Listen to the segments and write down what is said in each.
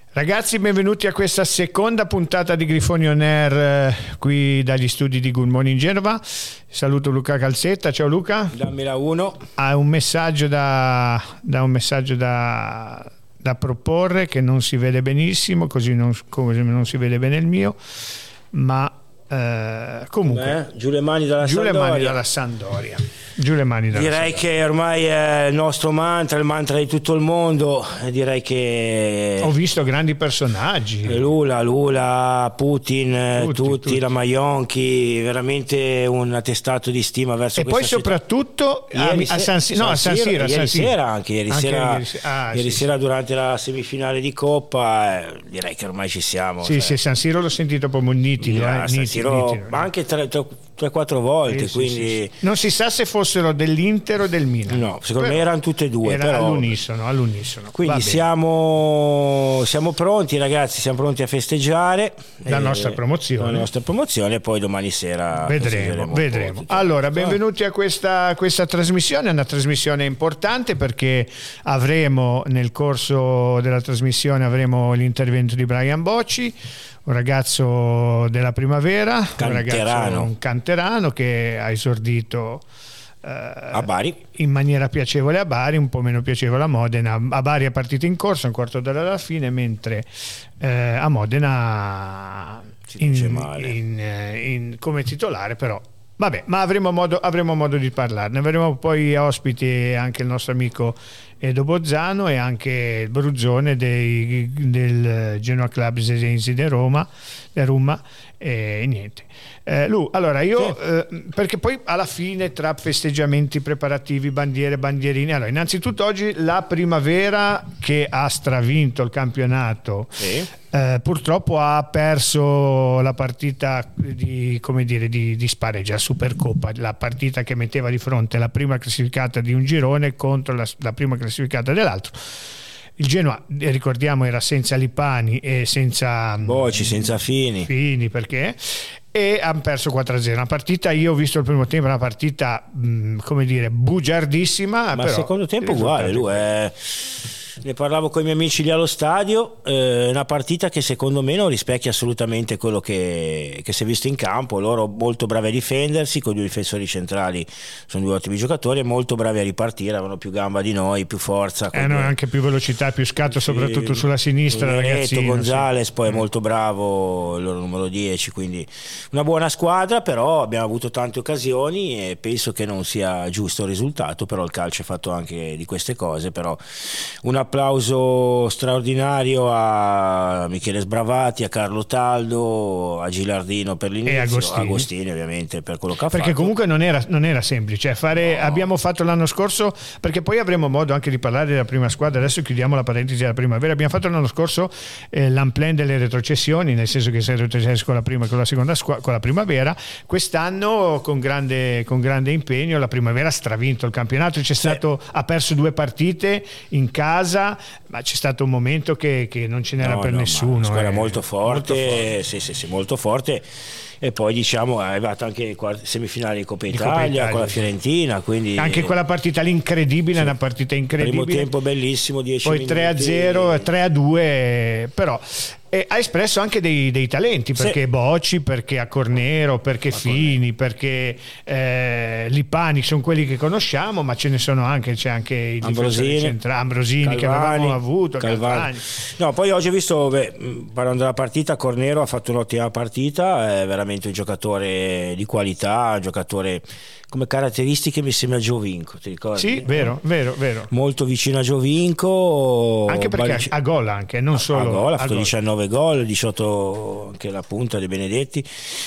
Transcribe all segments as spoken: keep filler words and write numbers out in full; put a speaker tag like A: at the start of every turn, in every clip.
A: Ragazzi, benvenuti a questa seconda puntata di Grifoni On Air eh, qui dagli studi di Good Morning Genova. Saluto Luca Calzetta. Ciao Luca.
B: Dammi la uno.
A: Ha un messaggio da, da un messaggio da, da proporre che non si vede benissimo, così non, così non si vede bene il mio, ma eh, comunque
B: eh, giù le mani dalla
A: giù
B: Sampdoria.
A: le mani dalla Sampdoria. Giù le mani dalla
B: Direi
A: Sampdoria.
B: che ormai è il nostro mantra, il mantra di tutto il mondo. Direi che
A: Ho visto grandi personaggi.
B: Lula, Lula, Putin,
A: Tutti,
B: tutti,
A: tutti.
B: la Maionchi, veramente un attestato di stima verso
A: E poi
B: questa città.
A: soprattutto a,
B: Ieri
A: a
B: se-
A: San, Si- no, a San Siro, a
B: ieri
A: San Siro.
B: sera anche ieri
A: Anche
B: sera,
A: ieri se- ah,
B: ieri
A: sì,
B: sera durante la semifinale di Coppa, eh, direi che ormai ci siamo.
A: Sì,
B: cioè.
A: sì, San Siro l'ho sentito proprio nitido,
B: Ah,
A: eh,
B: San
A: nitido,
B: Siro,
A: nitido.
B: ma anche tre, tre, tre quattro volte,
A: Sì, sì,
B: quindi
A: sì, sì. Non si sa se fossero dell'Inter o del Milan.
B: no, secondo
A: Però
B: me erano tutte e due.
A: era
B: Però...
A: all'unisono, all'unisono. Va
B: Quindi
A: bene.
B: siamo, siamo pronti ragazzi, siamo pronti a festeggiare
A: La
B: eh,
A: nostra promozione.
B: la nostra promozione e poi domani sera
A: Vedremo,
B: festeggeremo un po'
A: vedremo.
B: tutto.
A: Allora, benvenuti a questa, questa trasmissione, è una trasmissione importante perché avremo nel corso della trasmissione avremo l'intervento di Brian Bocci, un ragazzo della Primavera, un
B: Canterano.
A: ragazzo un canterano che ha esordito eh,
B: a Bari.
A: in maniera piacevole a Bari, un po' meno piacevole a Modena. A Bari è partita in corsa, un quarto d'ora alla fine, mentre eh, a Modena
B: Si dice male.
A: in, in- come titolare, però vabbè, ma avremo modo, avremo modo di parlarne. Avremo poi ospiti anche il nostro amico Edo Bozzano e anche il Bruzzone dei, del Genoa Club Sesensi di Roma, di Roma e niente. Eh, Lu, allora io
B: Sì.
A: eh, perché poi alla fine tra festeggiamenti preparativi, bandiere, bandierine, allora innanzitutto oggi la Primavera che ha stravinto il campionato
B: Sì.
A: eh, purtroppo ha perso la partita di, come dire, di, di spareggio, la Supercoppa, la partita che metteva di fronte la prima classificata di un girone contro la, la prima classificata dell'altro. Il Genoa, eh, ricordiamo, era senza Lipani e senza
B: Bocci, senza Fini.
A: Fini perché e hanno perso quattro a zero. Una partita, io ho visto il primo tempo, una partita mh, come dire bugiardissima,
B: Ma
A: però
B: il secondo tempo
A: il
B: uguale,
A: risultato
B: lui è... Ne parlavo con i miei amici lì allo stadio, eh, una partita che secondo me non rispecchia assolutamente quello che, che si è visto in campo. Loro molto bravi a difendersi, con i due difensori centrali sono due ottimi giocatori, e molto bravi a ripartire, avevano più gamba di noi, più forza.
A: eh, no, anche più velocità, più scatto, soprattutto sulla sinistra,
B: Neto,
A: ragazzino,
B: Gonzales
A: sì.
B: poi è molto bravo, il loro numero dieci, quindi una buona squadra, però abbiamo avuto tante occasioni e penso che non sia giusto il risultato, però il calcio è fatto anche di queste cose. Però un applauso straordinario a Michele Sbravati, a Carlo Taldo, a Gilardino per l'inizio,
A: E Agostini.
B: a Agostini ovviamente per quello che ha
A: Perché
B: fatto.
A: comunque non era, non era semplice fare,
B: No.
A: abbiamo fatto l'anno scorso, perché poi avremo modo anche di parlare della prima squadra, adesso chiudiamo la parentesi della Primavera. Abbiamo fatto l'anno scorso eh, l'unplan delle retrocessioni, nel senso che si è retrocesso con la prima e con la seconda squadra, con la Primavera. Quest'anno con grande, con grande impegno la Primavera ha stravinto il campionato, c'è stato, ha perso due partite in casa, ma c'è stato un momento che, che non ce n'era
B: No,
A: per
B: no, ma
A: nessuno.
B: una squadra
A: eh.
B: molto forte,
A: Molto forte.
B: Sì, sì, sì, molto forte. E poi diciamo è arrivata anche in quart- semifinali di Coppa
A: Di
B: Italia,
A: Coppa Italia,
B: con la
A: sì.
B: Fiorentina, quindi
A: Anche quella partita lì incredibile, una partita incredibile.
B: primo tempo bellissimo, dieci
A: Poi
B: minuti.
A: tre a zero, tre a due, però e ha espresso anche dei, dei talenti, perché
B: Sì.
A: Bocci, perché a Cornero, perché Fini, perché eh, Lipani sono quelli che conosciamo, ma ce ne sono anche, c'è anche il
B: Ambrosini,
A: difensore centrale, Ambrosini che
B: Calvani,
A: avevamo avuto,
B: Calvani.
A: Calvani.
B: No, poi oggi ho visto, beh, parlando della partita, Cornero ha fatto un'ottima partita, è veramente un giocatore di qualità, un giocatore come caratteristiche mi sembra Giovinco, ti ricordi?
A: Sì, vero, vero, vero.
B: Molto vicino a Giovinco,
A: Anche perché
B: Balic-
A: ha gol anche, non solo
B: a gol, ha
A: a
B: fatto
A: gol.
B: diciannove gol, diciotto anche la punta dei Benedetti,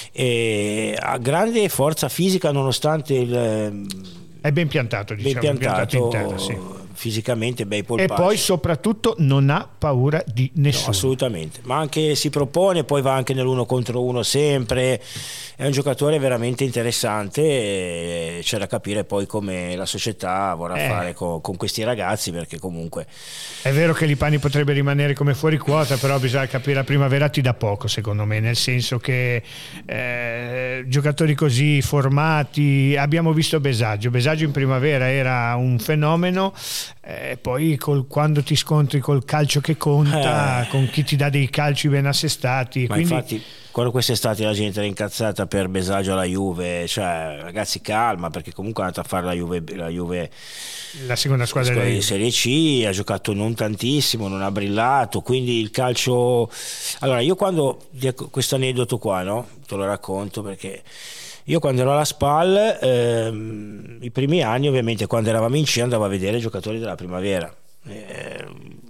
B: e ha grande forza fisica nonostante il
A: È ben piantato, diciamo,
B: ben piantato,
A: in terra, sì.
B: fisicamente, bei polpacci.
A: E poi soprattutto non ha paura di
B: No,
A: nessuno.
B: assolutamente, ma anche si propone, poi va anche nell'uno contro uno sempre, è un giocatore veramente interessante, e c'è da capire poi come la società vorrà
A: Eh.
B: fare con, con questi ragazzi, perché comunque
A: È vero che Lipani potrebbe rimanere come fuori quota, però bisogna capire, la Primavera ti dà poco secondo me, nel senso che eh, giocatori così formati, abbiamo visto Besaggio, Besaggio in Primavera era un fenomeno, eh, poi col, quando ti scontri col calcio che conta, eh. con chi ti dà dei calci ben assestati.
B: Ma
A: quindi...
B: infatti quando quest'estate la gente era incazzata per Besagio alla Juve, cioè ragazzi calma, perché comunque è andata a fare la Juve, la Juve
A: la seconda squadra
B: di Serie C, ha giocato non tantissimo, non ha brillato, quindi il calcio... Allora io quando, questo aneddoto qua, no? Te lo racconto perché io quando ero alla Spal, ehm, i primi anni ovviamente quando eravamo in C andavo a vedere i giocatori della primavera, eh,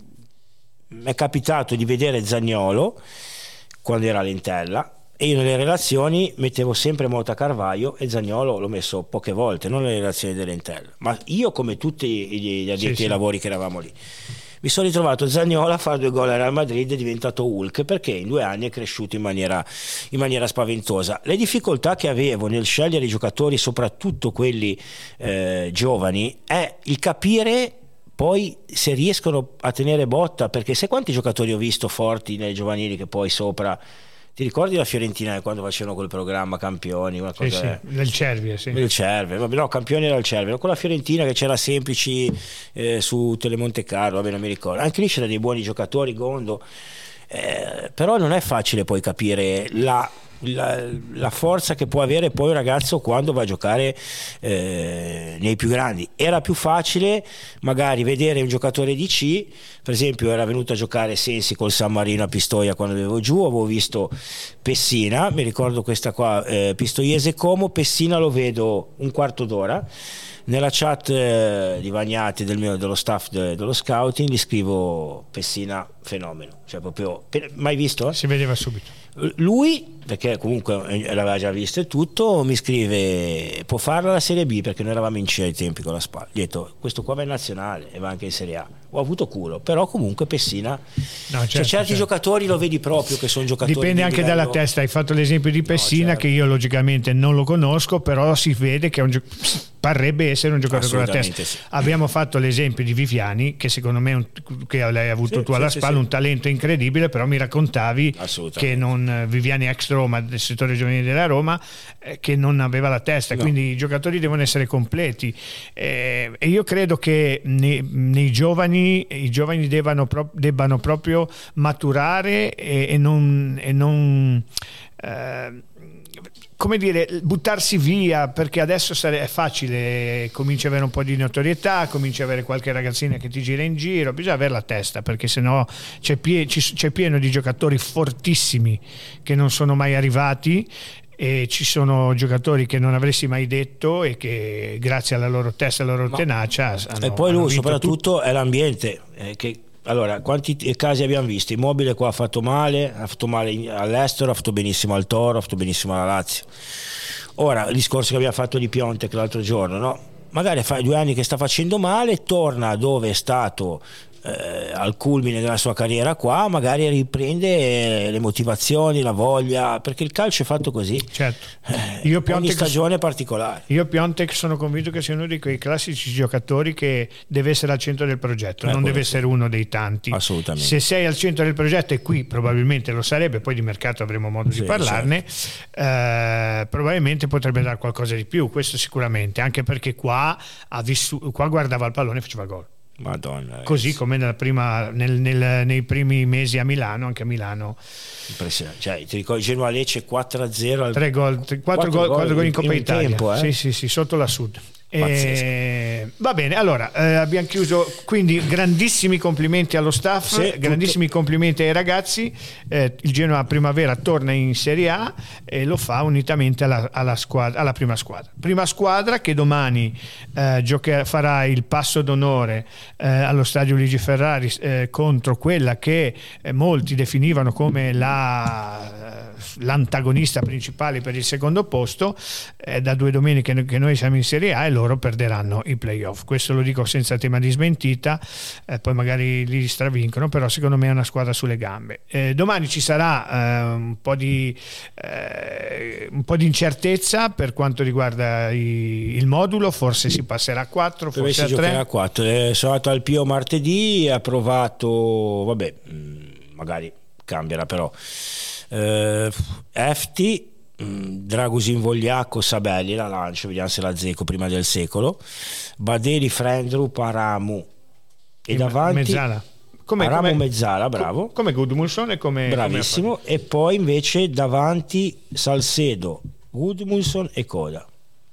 B: mi è capitato di vedere Zaniolo quando era all'Entella e io nelle relazioni mettevo sempre Mota Carvaio e Zaniolo l'ho messo poche volte, non nelle relazioni dell'Entella, ma io come tutti gli addetti ai sì, sì. lavori che eravamo lì mi sono ritrovato Zaniolo a fare due gol al Real Madrid, è diventato Hulk perché in due anni è cresciuto in maniera, in maniera spaventosa. Le difficoltà che avevo nel scegliere i giocatori, soprattutto quelli eh, giovani, è il capire poi se riescono a tenere botta, perché sai quanti giocatori ho visto forti nelle giovanili che poi sopra, ti ricordi la Fiorentina quando facevano quel programma Campioni, una cosa
A: sì, sì, del Cervia, sì.
B: Del Cervia, vabbè, no, Campioni era il Cervia, con la Fiorentina che c'era Semplici eh, su Telemonte Carlo, vabbè non mi ricordo, anche lì c'erano dei buoni giocatori, Gondo, eh, però non è facile poi capire la La, la forza che può avere poi un ragazzo quando va a giocare eh, nei più grandi. Era più facile magari vedere un giocatore di C, per esempio era venuto a giocare Sensi col San Marino a Pistoia quando avevo giù, avevo visto Pessina, mi ricordo questa qua, eh, Pistoiese Como, Pessina lo vedo un quarto d'ora. Nella chat eh, di Vagnati del mio, dello staff de, dello scouting gli scrivo Pessina fenomeno, cioè proprio mai visto? Eh?
A: Si vedeva subito.
B: Lui, perché comunque l'aveva già visto e tutto, mi scrive può farla la Serie B perché noi eravamo in C ai tempi con la Spal. Gli ho detto questo qua va in nazionale e va anche in Serie A. Ho avuto culo, però comunque Pessina, no, certo, cioè, certi certo. giocatori lo vedi proprio che sono giocatori
A: dipende anche livello... dalla testa. Hai fatto l'esempio di Pessina, no, certo. che io logicamente non lo conosco, però si vede che è un gio... parrebbe essere un giocatore con la testa. Sì. Abbiamo fatto l'esempio di Viviani, che secondo me un... che l'hai avuto sì, tu alla sì, Spal, sì, un talento incredibile, però mi raccontavi che non Viviani ex Roma, del settore giovanile della Roma, eh, che non aveva la testa, no. Quindi i giocatori devono essere completi, eh, e io credo che nei, nei giovani i giovani debbano, pro, debbano proprio maturare e, e non, e non eh, come dire, buttarsi via, perché adesso è facile, cominci a avere un po' di notorietà, cominci a avere qualche ragazzina che ti gira in giro, bisogna avere la testa, perché sennò c'è, pie, c'è pieno di giocatori fortissimi che non sono mai arrivati, e ci sono giocatori che non avresti mai detto e che grazie alla loro testa e alla loro Ma, tenacia hanno,
B: e poi lui soprattutto
A: tutto.
B: È l'ambiente eh, che allora quanti casi abbiamo visto? Immobile qua ha fatto male, ha fatto male all'estero, ha fatto benissimo al Toro, ha fatto benissimo alla Lazio. Ora il discorso che abbiamo fatto di Piontek l'altro giorno, no? Magari fa due anni che sta facendo male, torna dove è stato Eh, al culmine della sua carriera qua, magari riprende le motivazioni, la voglia, perché il calcio è fatto così,
A: certo.
B: eh, io Piontek, ogni stagione è particolare.
A: Io Piontek sono convinto che sia uno di quei classici giocatori che deve essere al centro del progetto, eh, non deve essere uno dei tanti.
B: Assolutamente.
A: Se sei al centro del progetto, e qui probabilmente lo sarebbe, poi di mercato avremo modo sì, di parlarne, certo. eh, probabilmente potrebbe dare qualcosa di più, questo sicuramente, anche perché qua ha vissuto, qua guardava il pallone e faceva gol.
B: Madonna,
A: così come nella prima, nel, nel, nei primi mesi a Milano, anche a Milano
B: impressionante, cioè, ti ricordi Genoa Lecce quattro a zero al...
A: tre gol, quattro gol, quattro gol in Coppa
B: in
A: Italia
B: tempo, eh?
A: sì, sì, sì, sotto la Sud. Eh, va bene, allora eh, abbiamo chiuso, quindi grandissimi complimenti allo staff, sì, grandissimi tutto. Complimenti ai ragazzi, eh, il Genoa Primavera torna in Serie A e lo fa unitamente alla, alla, squadra, alla prima squadra prima squadra che domani eh, giocherà, farà il passo d'onore eh, allo stadio Luigi Ferrari eh, contro quella che eh, molti definivano come la, l'antagonista principale per il secondo posto, eh, da due domeniche che noi siamo in Serie A e loro perderanno i playoff. Questo lo dico senza tema di smentita, eh, poi magari li stravincono, però secondo me è una squadra sulle gambe. Eh, domani ci sarà eh, un po' di eh, un po' di incertezza per quanto riguarda i, il modulo, forse si passerà a quattro,
B: per
A: forse
B: si
A: a tre.
B: Giocherà a quattro. Eh, sono andato al Pio martedì, ha provato, vabbè, magari cambierà però. Eh, Efti, Dragusin, Vogliacco, Sabelli, la lancio, vediamo se la zecco prima del secolo. Badeli, Frendru, Paramu, e davanti
A: Mezzala. Come,
B: Aramo
A: come,
B: Mezzala, bravo.
A: Come Gudmundsson e come...
B: Bravissimo.
A: Come
B: e poi invece davanti Salcedo, Gudmundsson e Coda.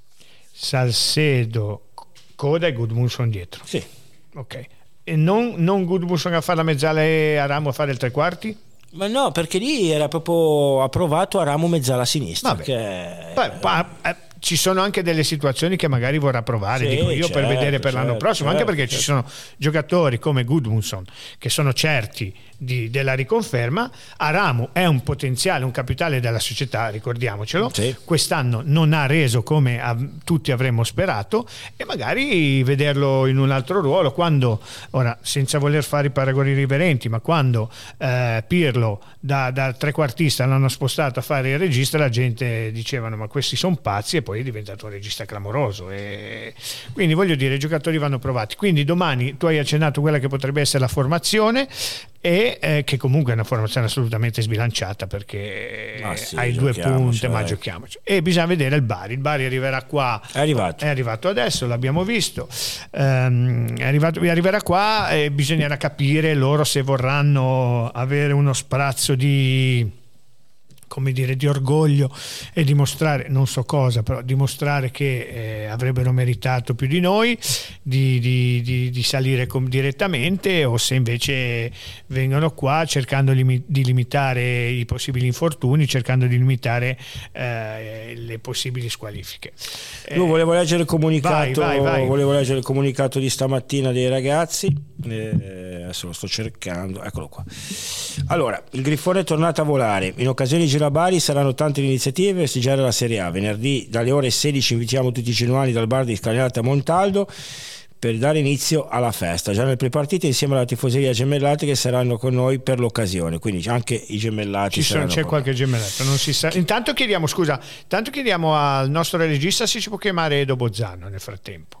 A: Salcedo, Coda e Gudmundsson dietro.
B: Sì.
A: Ok. E non, non Gudmundsson a fare la mezzala e Aramo a fare il tre quarti?
B: Ma no, perché lì era proprio approvato Aramo Mezzala a sinistra.
A: Vabbè.
B: Che...
A: Poi, pa, eh, ci sono anche delle situazioni che magari vorrà provare,
B: sì,
A: dico io,
B: certo,
A: per vedere per l'anno
B: certo,
A: prossimo,
B: certo,
A: anche perché
B: certo.
A: ci sono giocatori come Gudmundsson che sono certi di, della riconferma. Aramo è un potenziale, un capitale della società, ricordiamocelo.
B: Sì.
A: Quest'anno non ha reso come a, tutti avremmo sperato, e magari vederlo in un altro ruolo, quando, ora senza voler fare i paragoni riverenti, ma quando eh, Pirlo da, da trequartista l'hanno spostato a fare il regista, la gente dicevano ma questi sono pazzi, e poi è diventato un regista clamoroso. E quindi voglio dire, i giocatori vanno provati. Quindi domani tu hai accennato quella che potrebbe essere la formazione, e eh, che comunque è una formazione assolutamente sbilanciata, perché
B: ah, sì,
A: hai due punte, ma
B: eh.
A: giochiamoci. E bisogna vedere il Bari. Il Bari arriverà qua,
B: è arrivato,
A: è arrivato adesso, l'abbiamo visto, ehm, è arrivato, arriverà qua, e bisognerà capire loro se vorranno avere uno sprazzo di, come dire, di orgoglio e dimostrare, non so cosa, però dimostrare che eh, avrebbero meritato più di noi, di, di, di, di salire com- direttamente, o se invece vengono qua cercando limi- di limitare i possibili infortuni, cercando di limitare eh, le possibili squalifiche.
B: Io volevo leggere il comunicato,
A: vai, vai, vai.
B: volevo leggere il comunicato di stamattina dei ragazzi, eh, adesso lo sto cercando, eccolo qua. Allora, il Grifone è tornato a volare, in occasione di Girabari saranno tante le iniziative per festeggiare la Serie A. Venerdì dalle ore sedici invitiamo tutti i genuani dal bar di Scalinata a Montaldo per dare inizio alla festa, già nel prepartita insieme alla tifoseria Gemellati che saranno con noi per l'occasione, quindi anche i Gemellati
A: ci sono, c'è qualche gemellato, non si sa. Intanto chiediamo scusa intanto chiediamo al nostro regista se ci può chiamare Edo Bozzano nel frattempo.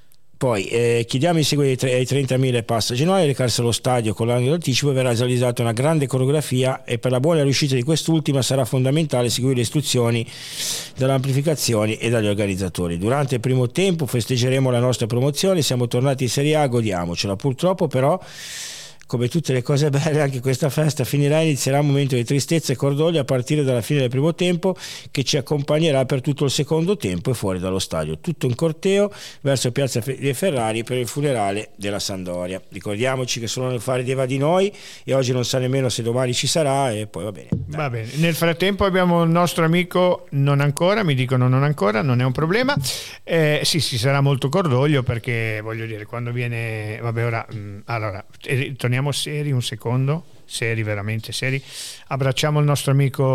B: Poi eh, chiediamo in seguito ai trentamila e passa genuani di recarsi allo stadio con l'anno d'anticipo. Verrà realizzata una grande coreografia e per la buona riuscita di quest'ultima sarà fondamentale seguire le istruzioni dalle amplificazioni e dagli organizzatori. Durante il primo tempo festeggeremo la nostra promozione, siamo tornati in Serie A, godiamocela. Purtroppo però, come tutte le cose belle, anche questa festa finirà e inizierà un momento di tristezza e cordoglio a partire dalla fine del primo tempo, che ci accompagnerà per tutto il secondo tempo e fuori dallo stadio, tutto in corteo verso Piazza dei Ferrari per il funerale della Sampdoria. Ricordiamoci che sono nel fare dei va di noi, e oggi non sa nemmeno se domani ci sarà, e poi va bene.
A: Va bene. Nel frattempo abbiamo il nostro amico non ancora, mi dicono non ancora, non è un problema. Eh, sì, ci sarà molto cordoglio, perché voglio dire, quando viene, vabbè, ora mh, allora eh, torniamo seri un secondo, seri, veramente seri. Abbracciamo il nostro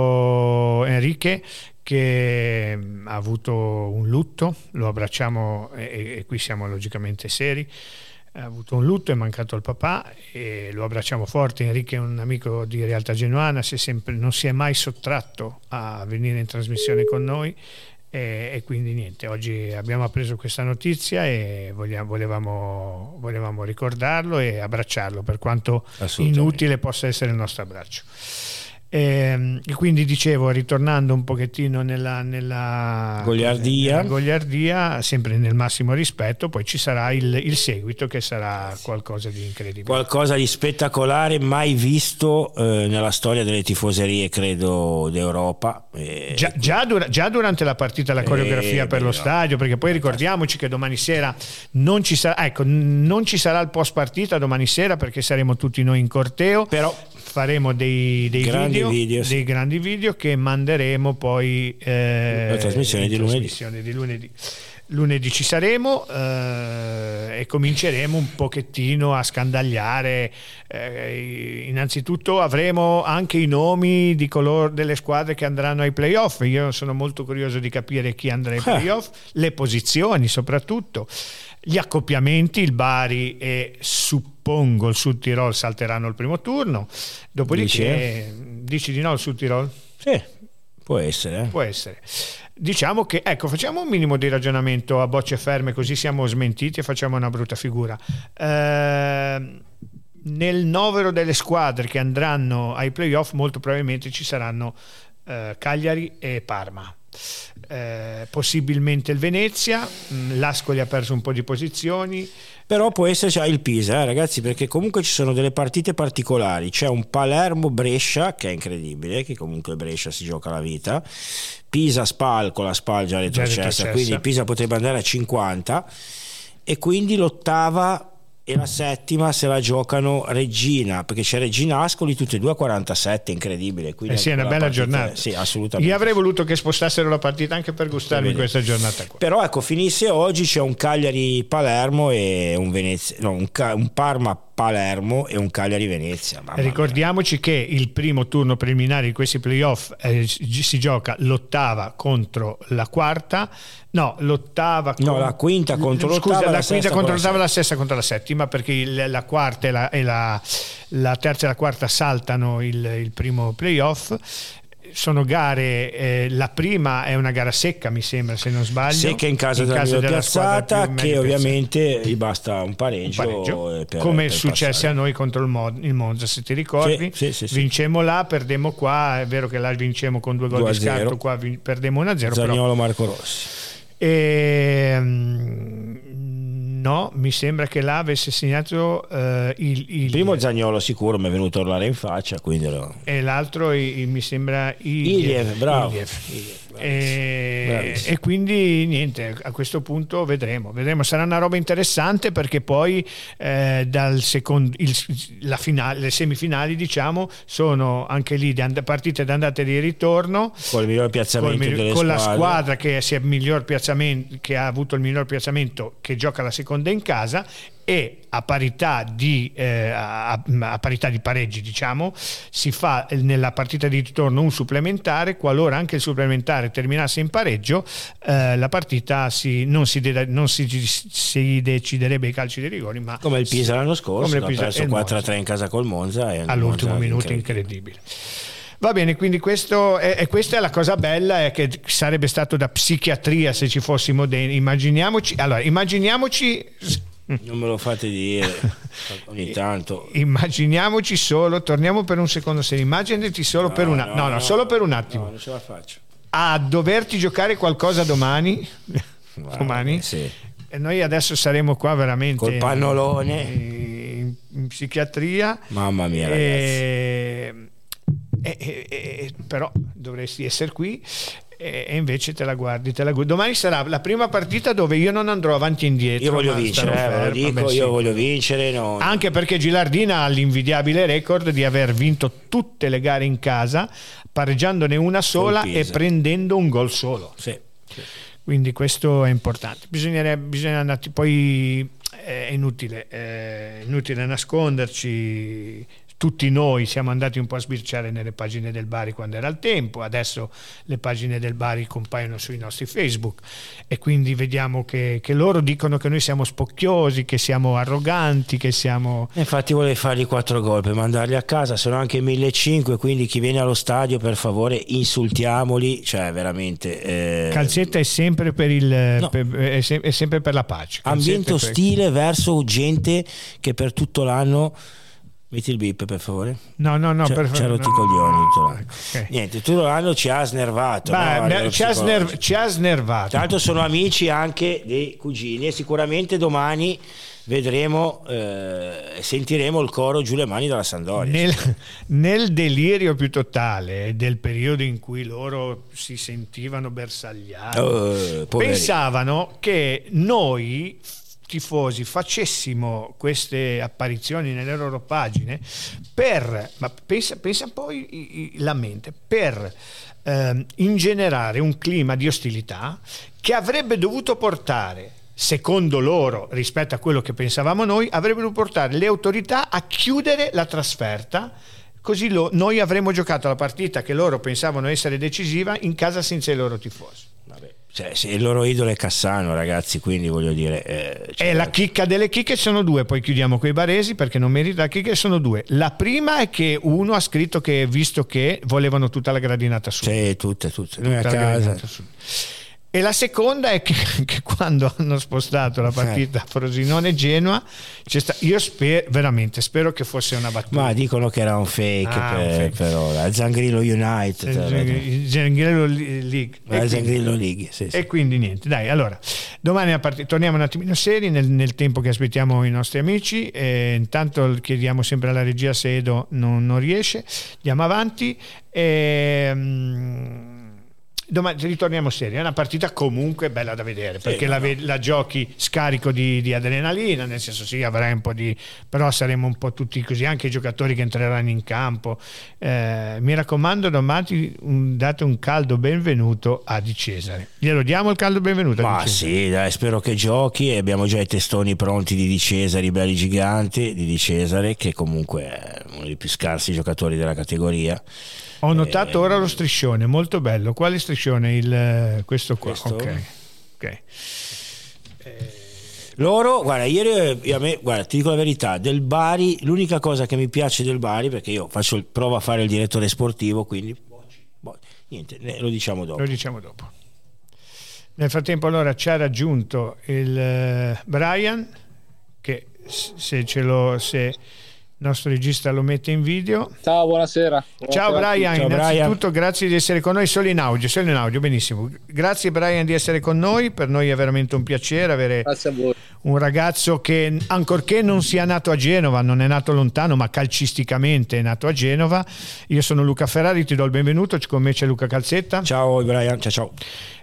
A: amico Enrique, che ha avuto un lutto, lo abbracciamo, e, e qui siamo logicamente seri. Ha avuto un lutto, è mancato il papà, e lo abbracciamo forte. Enrique è un amico di Realtà Genuana, si è sempre, non si è mai sottratto a venire in trasmissione con noi, e, e quindi niente, oggi abbiamo appreso questa notizia e vogliamo, volevamo, volevamo ricordarlo e abbracciarlo, per quanto inutile possa essere il nostro abbraccio. E quindi dicevo, ritornando un pochettino nella, nella,
B: goliardia.
A: nella goliardia, sempre nel massimo rispetto, poi ci sarà il, il seguito, che sarà qualcosa di incredibile,
B: qualcosa di spettacolare, mai visto eh, nella storia delle tifoserie, credo, d'Europa. E
A: già, già, dura, già durante la partita la coreografia
B: eh,
A: per
B: beh,
A: lo
B: no.
A: stadio, perché poi ricordiamoci che domani sera non ci sarà, ecco, non ci sarà il post partita domani sera, perché saremo tutti noi in corteo,
B: però
A: faremo dei, dei
B: grandi
A: video,
B: video, sì.
A: dei grandi video che manderemo poi eh,
B: la trasmissione, di,
A: trasmissione
B: lunedì.
A: di lunedì. Lunedì ci saremo eh, e cominceremo un pochettino a scandagliare. Eh, innanzitutto avremo anche i nomi di coloro delle squadre che andranno ai playoff. Io sono molto curioso di capire chi andrà ai playoff, ah. le posizioni soprattutto, gli accoppiamenti. Il Bari e suppongo il Sud Tirol salteranno il primo turno. Dopodiché dici, dici di no il Sud Tirol?
B: Sì, può essere. Eh.
A: Può essere. Diciamo che, ecco, facciamo un minimo di ragionamento a bocce ferme, così siamo smentiti e facciamo una brutta figura. Eh, nel novero delle squadre che andranno ai playoff molto probabilmente ci saranno eh, Cagliari e Parma. eh, possibilmente il Venezia, l'Ascoli ha perso un po' di posizioni.
B: Però può esserci il Pisa, eh, ragazzi, perché comunque ci sono delle partite particolari. C'è un Palermo-Brescia che è incredibile, che comunque Brescia si gioca la vita. Pisa-Spal, con la Spal già retrocessa, quindi Pisa potrebbe andare a cinquanta, e quindi l'ottava e la settima se la giocano Reggina, perché c'è Reggina Ascoli tutte e due a quarantasette, incredibile. Quindi
A: eh sì, è una bella
B: partita,
A: giornata.
B: Sì, assolutamente.
A: Io avrei voluto che spostassero la partita anche per gustarmi questa giornata qua.
B: Però ecco, finisse oggi, c'è un Cagliari-Palermo e un Venezia, no, un, un Parma-Palermo e un Cagliari-Venezia.
A: Ricordiamoci che il primo turno preliminare di questi playoff eh, si gioca l'ottava contro la quarta, no, l'ottava
B: no, la quinta contro l'ottava,
A: scusa, la,
B: la
A: quinta contro l'ottava e la
B: sesta
A: sesta contro la settima, perché il, la quarta e, la, e la, la terza e la quarta saltano il, il primo playoff. Sono gare, eh, la prima è una gara secca, mi sembra, se non sbaglio,
B: secca in casa, in della, casa della piazzata, più, che ovviamente gli basta un pareggio, un pareggio
A: per, come per è successo a noi contro il, Mo, il Monza, se ti ricordi.
B: Sì, sì, sì,
A: vincemmo sì. Là, perdemmo qua, è vero che là vincemmo con due gol di scarto, qua perdemmo uno a zero.
B: Zaniolo, Marco Rossi.
A: E, no, mi sembra che là avesse segnato uh, il, il
B: primo Zaniolo sicuro, mi è venuto a urlare in faccia, quindi lo...
A: e l'altro il, mi sembra
B: Iliev, bravo.
A: Iliev. Iliev. E, e quindi niente, a questo punto vedremo, vedremo. Sarà una roba interessante, perché poi eh, dal secondo, il, la finale, le semifinali diciamo sono anche lì di and- partite d'andata e di ritorno
B: con il miglior piazzamento
A: con,
B: delle
A: con la
B: squadre.
A: Squadra che, si è miglior piazzamento, che ha avuto il miglior piazzamento, che gioca la seconda in casa, e a parità di eh, a, a parità di pareggi diciamo si fa nella partita di ritorno un supplementare. Qualora anche il supplementare terminasse in pareggio, eh, la partita si, non, si, de- non si, si deciderebbe ai calci di rigori, ma
B: come il Pisa l'anno scorso, ha perso quattro a tre in casa col Monza e
A: all'ultimo
B: Monza
A: minuto, incredibile. Va bene, quindi questo è, e questa è la cosa bella, è che sarebbe stato da psichiatria se ci fossimo dentro. Immaginiamoci, allora immaginiamoci
B: non me lo fate dire ogni tanto.
A: Immaginiamoci solo, torniamo per un secondo, se immaginati solo no, per una no, no, no, solo per un attimo.
B: No, non ce la faccio.
A: A doverti giocare qualcosa domani.
B: Wow,
A: domani.
B: Sì.
A: E noi adesso saremo qua veramente
B: col pannolone
A: in, in psichiatria.
B: Mamma mia,
A: e, e, e, e, però dovresti essere qui. E invece te la guardi, te la guardi. Domani sarà la prima partita dove io non andrò avanti e indietro.
B: Io voglio vincere, eh, ve lo dico, Vabbè, io sì. voglio vincere. No.
A: Anche perché Gilardina ha l'invidiabile record di aver vinto tutte le gare in casa, pareggiandone una sola e prendendo un gol solo.
B: Sì, sì.
A: Quindi questo è importante. Bisognerebbe, bisogna andare, poi è inutile, è inutile nasconderci. Tutti noi siamo andati un po' a sbirciare nelle pagine del Bari quando era il tempo, adesso le pagine del Bari compaiono sui nostri Facebook e quindi vediamo che, che loro dicono che noi siamo spocchiosi, che siamo arroganti, che siamo...
B: Infatti volevo fargli quattro gol per mandarli a casa, sono anche millecinquecento, quindi chi viene allo stadio per favore insultiamoli, cioè veramente... Eh...
A: Calzetta è sempre per il no. per, è, se, è sempre per la pace. Calzetta
B: ambiente ostile per... verso gente che per tutto l'anno... Metti il bip per favore.
A: No, no, no,
B: c'è,
A: per
B: c'è rotti i
A: no.
B: coglioni.
A: Okay.
B: Niente, tutto l'anno ci ha snervato.
A: Beh,
B: no?
A: ci, ha snerv- ci ha snervato.
B: Tra l'altro sono amici anche dei cugini e sicuramente domani vedremo e eh, sentiremo il coro giù le mani dalla Sampdoria.
A: Nel, nel delirio più totale del periodo in cui loro si sentivano bersagliati,
B: oh,
A: pensavano che noi tifosi facessimo queste apparizioni nelle loro pagine per, ma pensa, pensa poi la mente, per eh, ingenerare un clima di ostilità che avrebbe dovuto portare, secondo loro, rispetto a quello che pensavamo noi, avrebbe dovuto portare le autorità a chiudere la trasferta, così lo, noi avremmo giocato la partita che loro pensavano essere decisiva in casa senza i loro tifosi.
B: Vabbè. Cioè, se il loro idolo è Cassano, ragazzi, quindi voglio dire eh, cioè...
A: e la chicca delle chicche sono due, poi chiudiamo coi baresi perché non merita. La chicca sono due. La prima è che uno ha scritto che visto che volevano tutta la gradinata su,
B: sì, tutte, tutte.
A: Noi a casa E la seconda è che, che quando hanno spostato la partita Frosinone-Genoa, c'è sta, io spero, veramente spero che fosse una battuta.
B: Ma dicono che era un fake,
A: ah,
B: per,
A: un fake.
B: però la Zangrillo United,
A: il Zangrillo League,
B: la Zangrillo League, sì, sì.
A: E quindi niente, dai, allora domani part- torniamo un attimino seri nel, nel tempo che aspettiamo i nostri amici, e intanto chiediamo sempre alla regia se Edo non, non riesce, andiamo avanti e, um, domani ritorniamo seri. È una partita comunque bella da vedere, sì, perché no, la, no. la giochi scarico di, di adrenalina, nel senso sì, avrai un po' di, però saremo un po' tutti così, anche i giocatori che entreranno in campo. Eh, mi raccomando, domani un, date un caldo benvenuto a Di Cesare. Glielo diamo il caldo benvenuto a
B: Ma
A: Di Cesare?
B: sì, dai, spero che giochi, e abbiamo già i testoni pronti di Di Cesare, i belli giganti di Di Cesare, che comunque è uno dei più scarsi giocatori della categoria.
A: Ho notato eh, ora lo striscione, molto bello. Quale striscione? Il, questo qua.
B: Questo?
A: Ok. okay.
B: Eh, loro, guarda, ieri a me, guarda, ti dico la verità, del Bari, l'unica cosa che mi piace del Bari, perché io faccio il, provo a fare il direttore sportivo, quindi boh, niente, lo diciamo dopo.
A: Lo diciamo dopo. Nel frattempo allora ci ha raggiunto il uh, Brian, che se ce lo... Se, il nostro regista lo mette in video.
C: Ciao, buonasera.
A: Ciao Brian,
B: Ciao,
A: innanzitutto
B: Brian.
A: Grazie di essere con noi, solo in audio, solo in audio, benissimo. Grazie Brian di essere con noi, per noi è veramente un piacere avere
C: Grazie a voi.
A: Un ragazzo che, ancorché non sia nato a Genova, non è nato lontano, ma calcisticamente è nato a Genova. Io sono Luca Ferrari, ti do il benvenuto, con me c'è Luca Calzetta.
B: Ciao Brian, ciao ciao.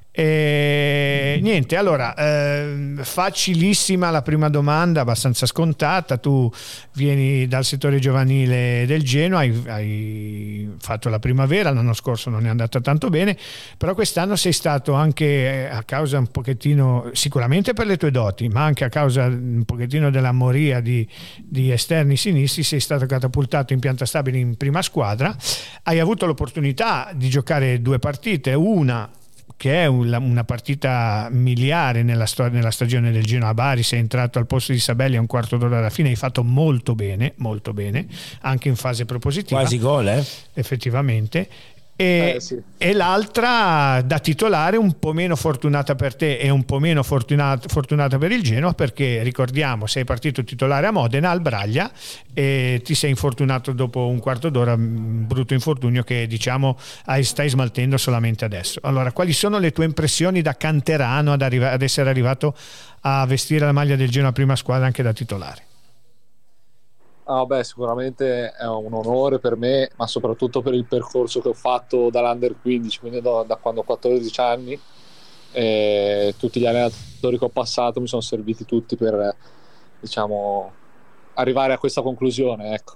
A: E niente, allora eh, facilissima la prima domanda, abbastanza scontata. Tu vieni dal settore giovanile del Genoa, hai, hai fatto la primavera, l'anno scorso non è andata tanto bene, però quest'anno sei stato anche a causa un pochettino, sicuramente per le tue doti, ma anche a causa un pochettino della moria di, di esterni sinistri, sei stato catapultato in pianta stabile in prima squadra. Hai avuto l'opportunità di giocare due partite, una che è una partita miliare nella, storia, nella stagione del Genoa Bari. Sei entrato al posto di Sabelli a un quarto d'ora alla fine, hai fatto molto bene, molto bene, anche in fase propositiva.
B: Quasi gol, eh?
A: Effettivamente. E,
C: eh, sì.
A: e l'altra da titolare un po' meno fortunata per te e un po' meno fortunata, fortunata per il Genoa, perché ricordiamo sei partito titolare a Modena al Braglia e ti sei infortunato dopo un quarto d'ora, un brutto infortunio che diciamo stai smaltendo solamente adesso. Allora, quali sono le tue impressioni da canterano ad, arriva- ad essere arrivato a vestire la maglia del Genoa prima squadra anche da titolare?
C: Ah, beh, sicuramente è un onore per me, ma soprattutto per il percorso che ho fatto dall'Under quindici, quindi da, da quando ho quattordici anni. E tutti gli allenatori che ho passato mi sono serviti tutti per, diciamo, arrivare a questa conclusione, ecco.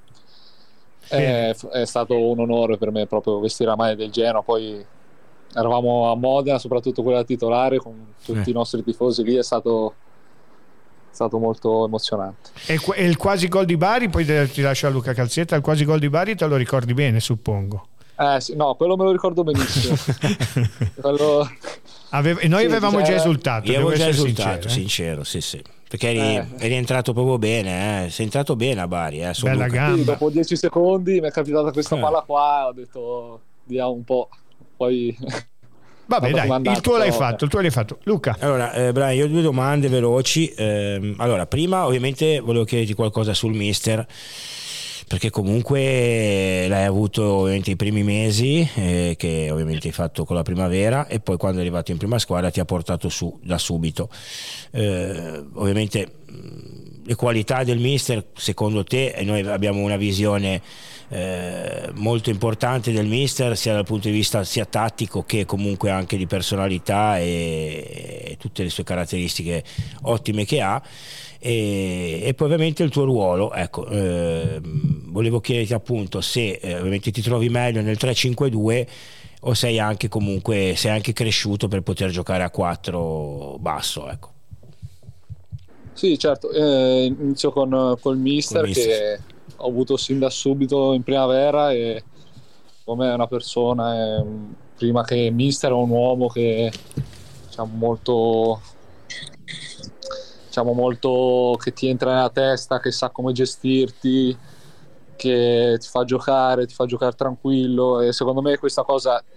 C: È, è stato un onore per me proprio vestire la maglia del Genoa. Poi eravamo a Modena, soprattutto quella titolare, con tutti eh. i nostri tifosi lì, è stato... è stato molto emozionante.
A: E, e il quasi gol di Bari, poi ti lascio a Luca Calzetta, il quasi gol di Bari te lo ricordi bene, suppongo?
C: Eh sì, no, quello me lo ricordo benissimo. quello...
A: Ave- e noi sì, avevamo già esultato.
B: Io avevo già
A: sincero,
B: esultato,
A: eh?
B: sincero, sì sì. Perché eri, eh. eri entrato proprio bene, eh? Sei entrato bene a Bari. Eh?
A: Bella gamba.
C: Sì, dopo dieci secondi mi è capitata questa eh. palla qua, ho detto vediamo un po', poi...
A: Vabbè, dai, il tuo l'hai fatto, il tuo l'hai fatto. Luca.
B: Allora, eh, Brian, io ho due domande veloci. Eh, allora, prima ovviamente volevo chiederti qualcosa sul mister, perché comunque l'hai avuto ovviamente i primi mesi, eh, che ovviamente hai fatto con la primavera, e poi quando è arrivato in prima squadra ti ha portato su da subito. Eh, ovviamente le qualità del mister, secondo te, e noi abbiamo una visione Eh, molto importante del mister sia dal punto di vista sia tattico che comunque anche di personalità e, e tutte le sue caratteristiche ottime che ha, e, e poi ovviamente il tuo ruolo, ecco, eh, volevo chiederti appunto se eh, ovviamente ti trovi meglio nel tre cinque due o sei anche comunque sei anche cresciuto per poter giocare a quattro basso, ecco.
C: Sì, certo, eh, inizio con col mister, col mister che ho avuto sin da subito in primavera, e come è una persona, è, prima che mister, è un uomo che diciamo molto diciamo molto che ti entra nella testa, che sa come gestirti, che ti fa giocare, ti fa giocare tranquillo, e secondo me questa cosa è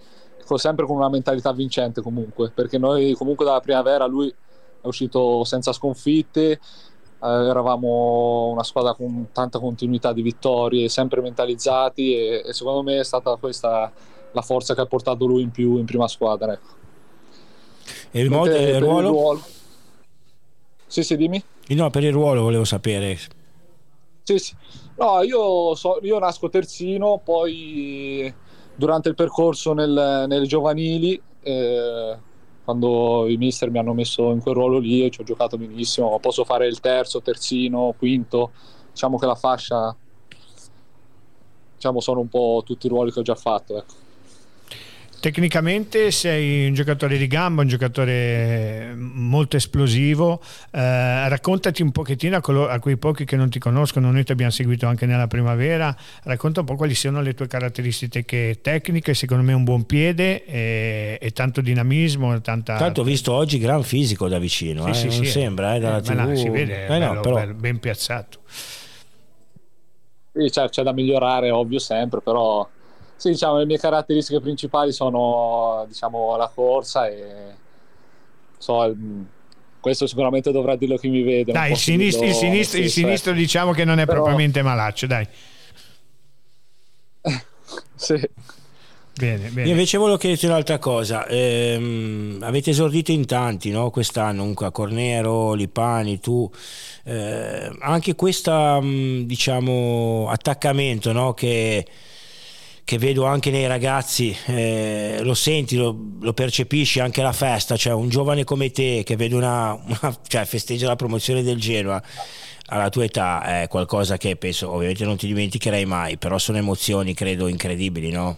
C: sempre con una mentalità vincente comunque, perché noi comunque dalla primavera lui è uscito senza sconfitte, eh, eravamo una squadra con tanta continuità di vittorie, sempre mentalizzati, e, e secondo me è stata questa la forza che ha portato lui in più in prima squadra, ecco.
B: E il, mod- il ruolo?
C: il ruolo? Sì, sì, dimmi.
B: No, per il ruolo volevo sapere.
C: Sì, sì. No, io, so, io nasco terzino, poi durante il percorso nel, nelle giovanili, eh, quando i mister mi hanno messo in quel ruolo lì, io ci ho giocato benissimo, posso fare il terzo, terzino, quinto, diciamo che la fascia, diciamo, sono un po' tutti i ruoli che ho già fatto, ecco.
A: Tecnicamente sei un giocatore di gamba, un giocatore molto esplosivo, eh, raccontati un pochettino a, coloro, a quei pochi che non ti conoscono, noi ti abbiamo seguito anche nella primavera, racconta un po' quali sono le tue caratteristiche tecniche, secondo me un buon piede e, e tanto dinamismo, tanta...
B: Tanto ho visto oggi gran fisico da vicino,
A: sì,
B: eh,
A: sì,
B: non
A: sì,
B: sembra eh, dalla
A: eh,
B: tivù,
A: no, si vede,
B: eh, no,
A: bello,
B: però...
A: bello, ben piazzato.
C: Sì, c'è, c'è da migliorare, ovvio, sempre, però... Sì, diciamo, le mie caratteristiche principali sono, diciamo, la corsa e so, questo sicuramente dovrà dirlo chi mi vede.
A: Dai, il sinistro, il sinistro, il sinistro diciamo che non è però... propriamente malaccio, dai.
C: Sì.
A: Bene, bene.
B: Io invece volevo chiederti un'altra cosa, ehm, avete esordito in tanti, no? Quest'anno, comunque a Cornero, Lipani, tu, eh, anche questo, diciamo, attaccamento, no? Che che vedo anche nei ragazzi, eh, lo senti, lo, lo percepisci anche alla festa, cioè un giovane come te che vede una, una cioè festeggia la promozione del Genoa alla tua età, è qualcosa che penso ovviamente non ti dimenticherai mai, però sono emozioni credo incredibili, no?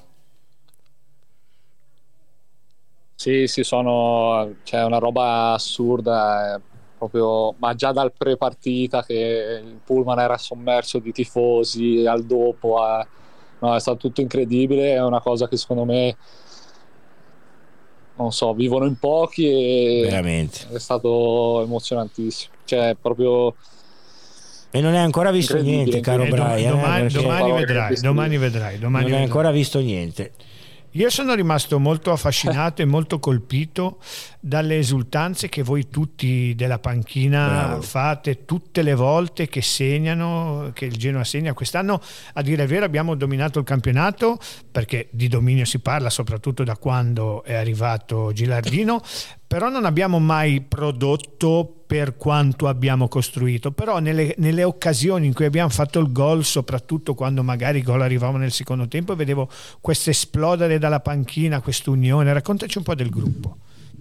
C: Sì, sì, sono, cioè, una roba assurda, eh, proprio, ma già dal pre-partita che il pullman era sommerso di tifosi, al dopo a... No, è stato tutto incredibile, è una cosa che secondo me, non so, vivono in pochi e
B: veramente
C: è stato emozionantissimo. Cioè, proprio...
B: E non hai ancora visto niente, caro Brian.
A: Domani,
B: eh,
A: domani, vedrai, domani vedrai, domani
B: non hai
A: vedrai.
B: ancora visto niente.
A: Io sono rimasto molto affascinato e molto colpito dalle esultanze che voi tutti della panchina Bravo. fate tutte le volte che segnano, che il Genoa segna. Quest'anno, a dire il vero, abbiamo dominato il campionato, perché di dominio si parla soprattutto da quando è arrivato Gilardino, però non abbiamo mai prodotto per quanto abbiamo costruito, però nelle, nelle occasioni in cui abbiamo fatto il gol, soprattutto quando magari i gol arrivavano nel secondo tempo, vedevo questo esplodere dalla panchina, quest'unione. Raccontaci un po' del gruppo.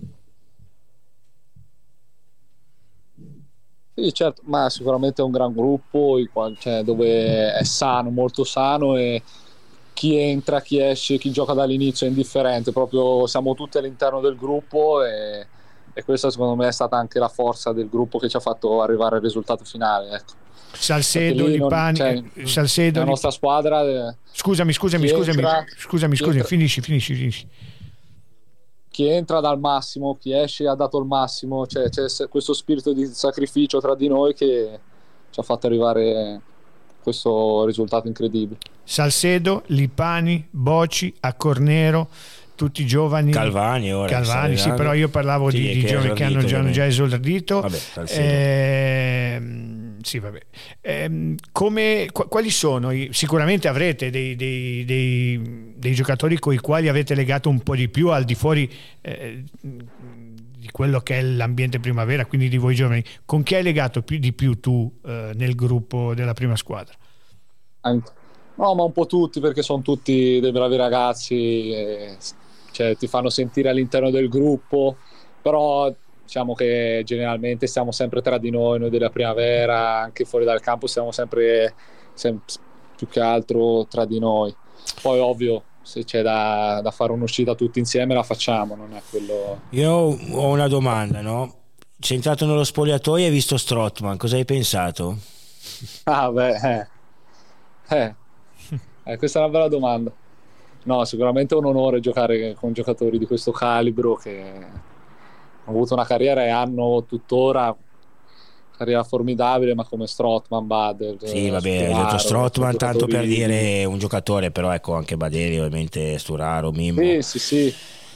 C: Sì, certo, ma sicuramente è un gran gruppo, cioè, dove è sano, molto sano, e chi entra, chi esce, chi gioca dall'inizio è indifferente, proprio siamo tutti all'interno del gruppo e, e questa secondo me è stata anche la forza del gruppo che ci ha fatto arrivare al risultato finale, ecco.
A: Salcedo, Lipani,
C: cioè,
A: Salcedo,
C: la nostra squadra.
A: Scusami, scusami, scusami,
C: entra,
A: scusami, scusami,
C: entra,
A: finisci, finisci, finisci.
C: Chi entra dal massimo, chi esce ha dato il massimo, cioè, c'è questo spirito di sacrificio tra di noi che ci ha fatto arrivare questo risultato incredibile.
A: Salcedo, Lipani, Boci, Accornero, tutti giovani.
B: Calvani ora.
A: Calvani, sì, però io parlavo di, di giovani che hanno già, già esordito.
B: Vabbè,
A: eh, sì, vabbè. Eh, come, quali sono? Sicuramente avrete dei, dei, dei, dei giocatori con i quali avete legato un po' di più al di fuori eh, di quello che è l'ambiente primavera, quindi di voi giovani. Con chi hai legato più di più tu eh, nel gruppo della prima squadra?
C: No, ma un po' tutti, perché sono tutti dei bravi ragazzi, e, cioè, ti fanno sentire all'interno del gruppo, però diciamo che generalmente stiamo sempre tra di noi, noi della primavera, anche fuori dal campo stiamo sempre, sempre più che altro tra di noi. Poi ovvio, se c'è da, da fare un'uscita tutti insieme la facciamo, non è quello.
B: Io ho una domanda, no? Sei entrato nello spogliatoio e hai visto Strootman, cosa hai pensato?
C: Ah beh, eh. Eh. Eh, questa è una bella domanda. No, sicuramente è un onore giocare con giocatori di questo calibro che hanno avuto una carriera e hanno tuttora carriera formidabile, ma come Strootman, Bader.
B: Sì, vabbè, ho detto Strootman tanto per dire un giocatore, però ecco anche Baderi, ovviamente Sturaro, Mimmo.
C: Sì, sì, sì.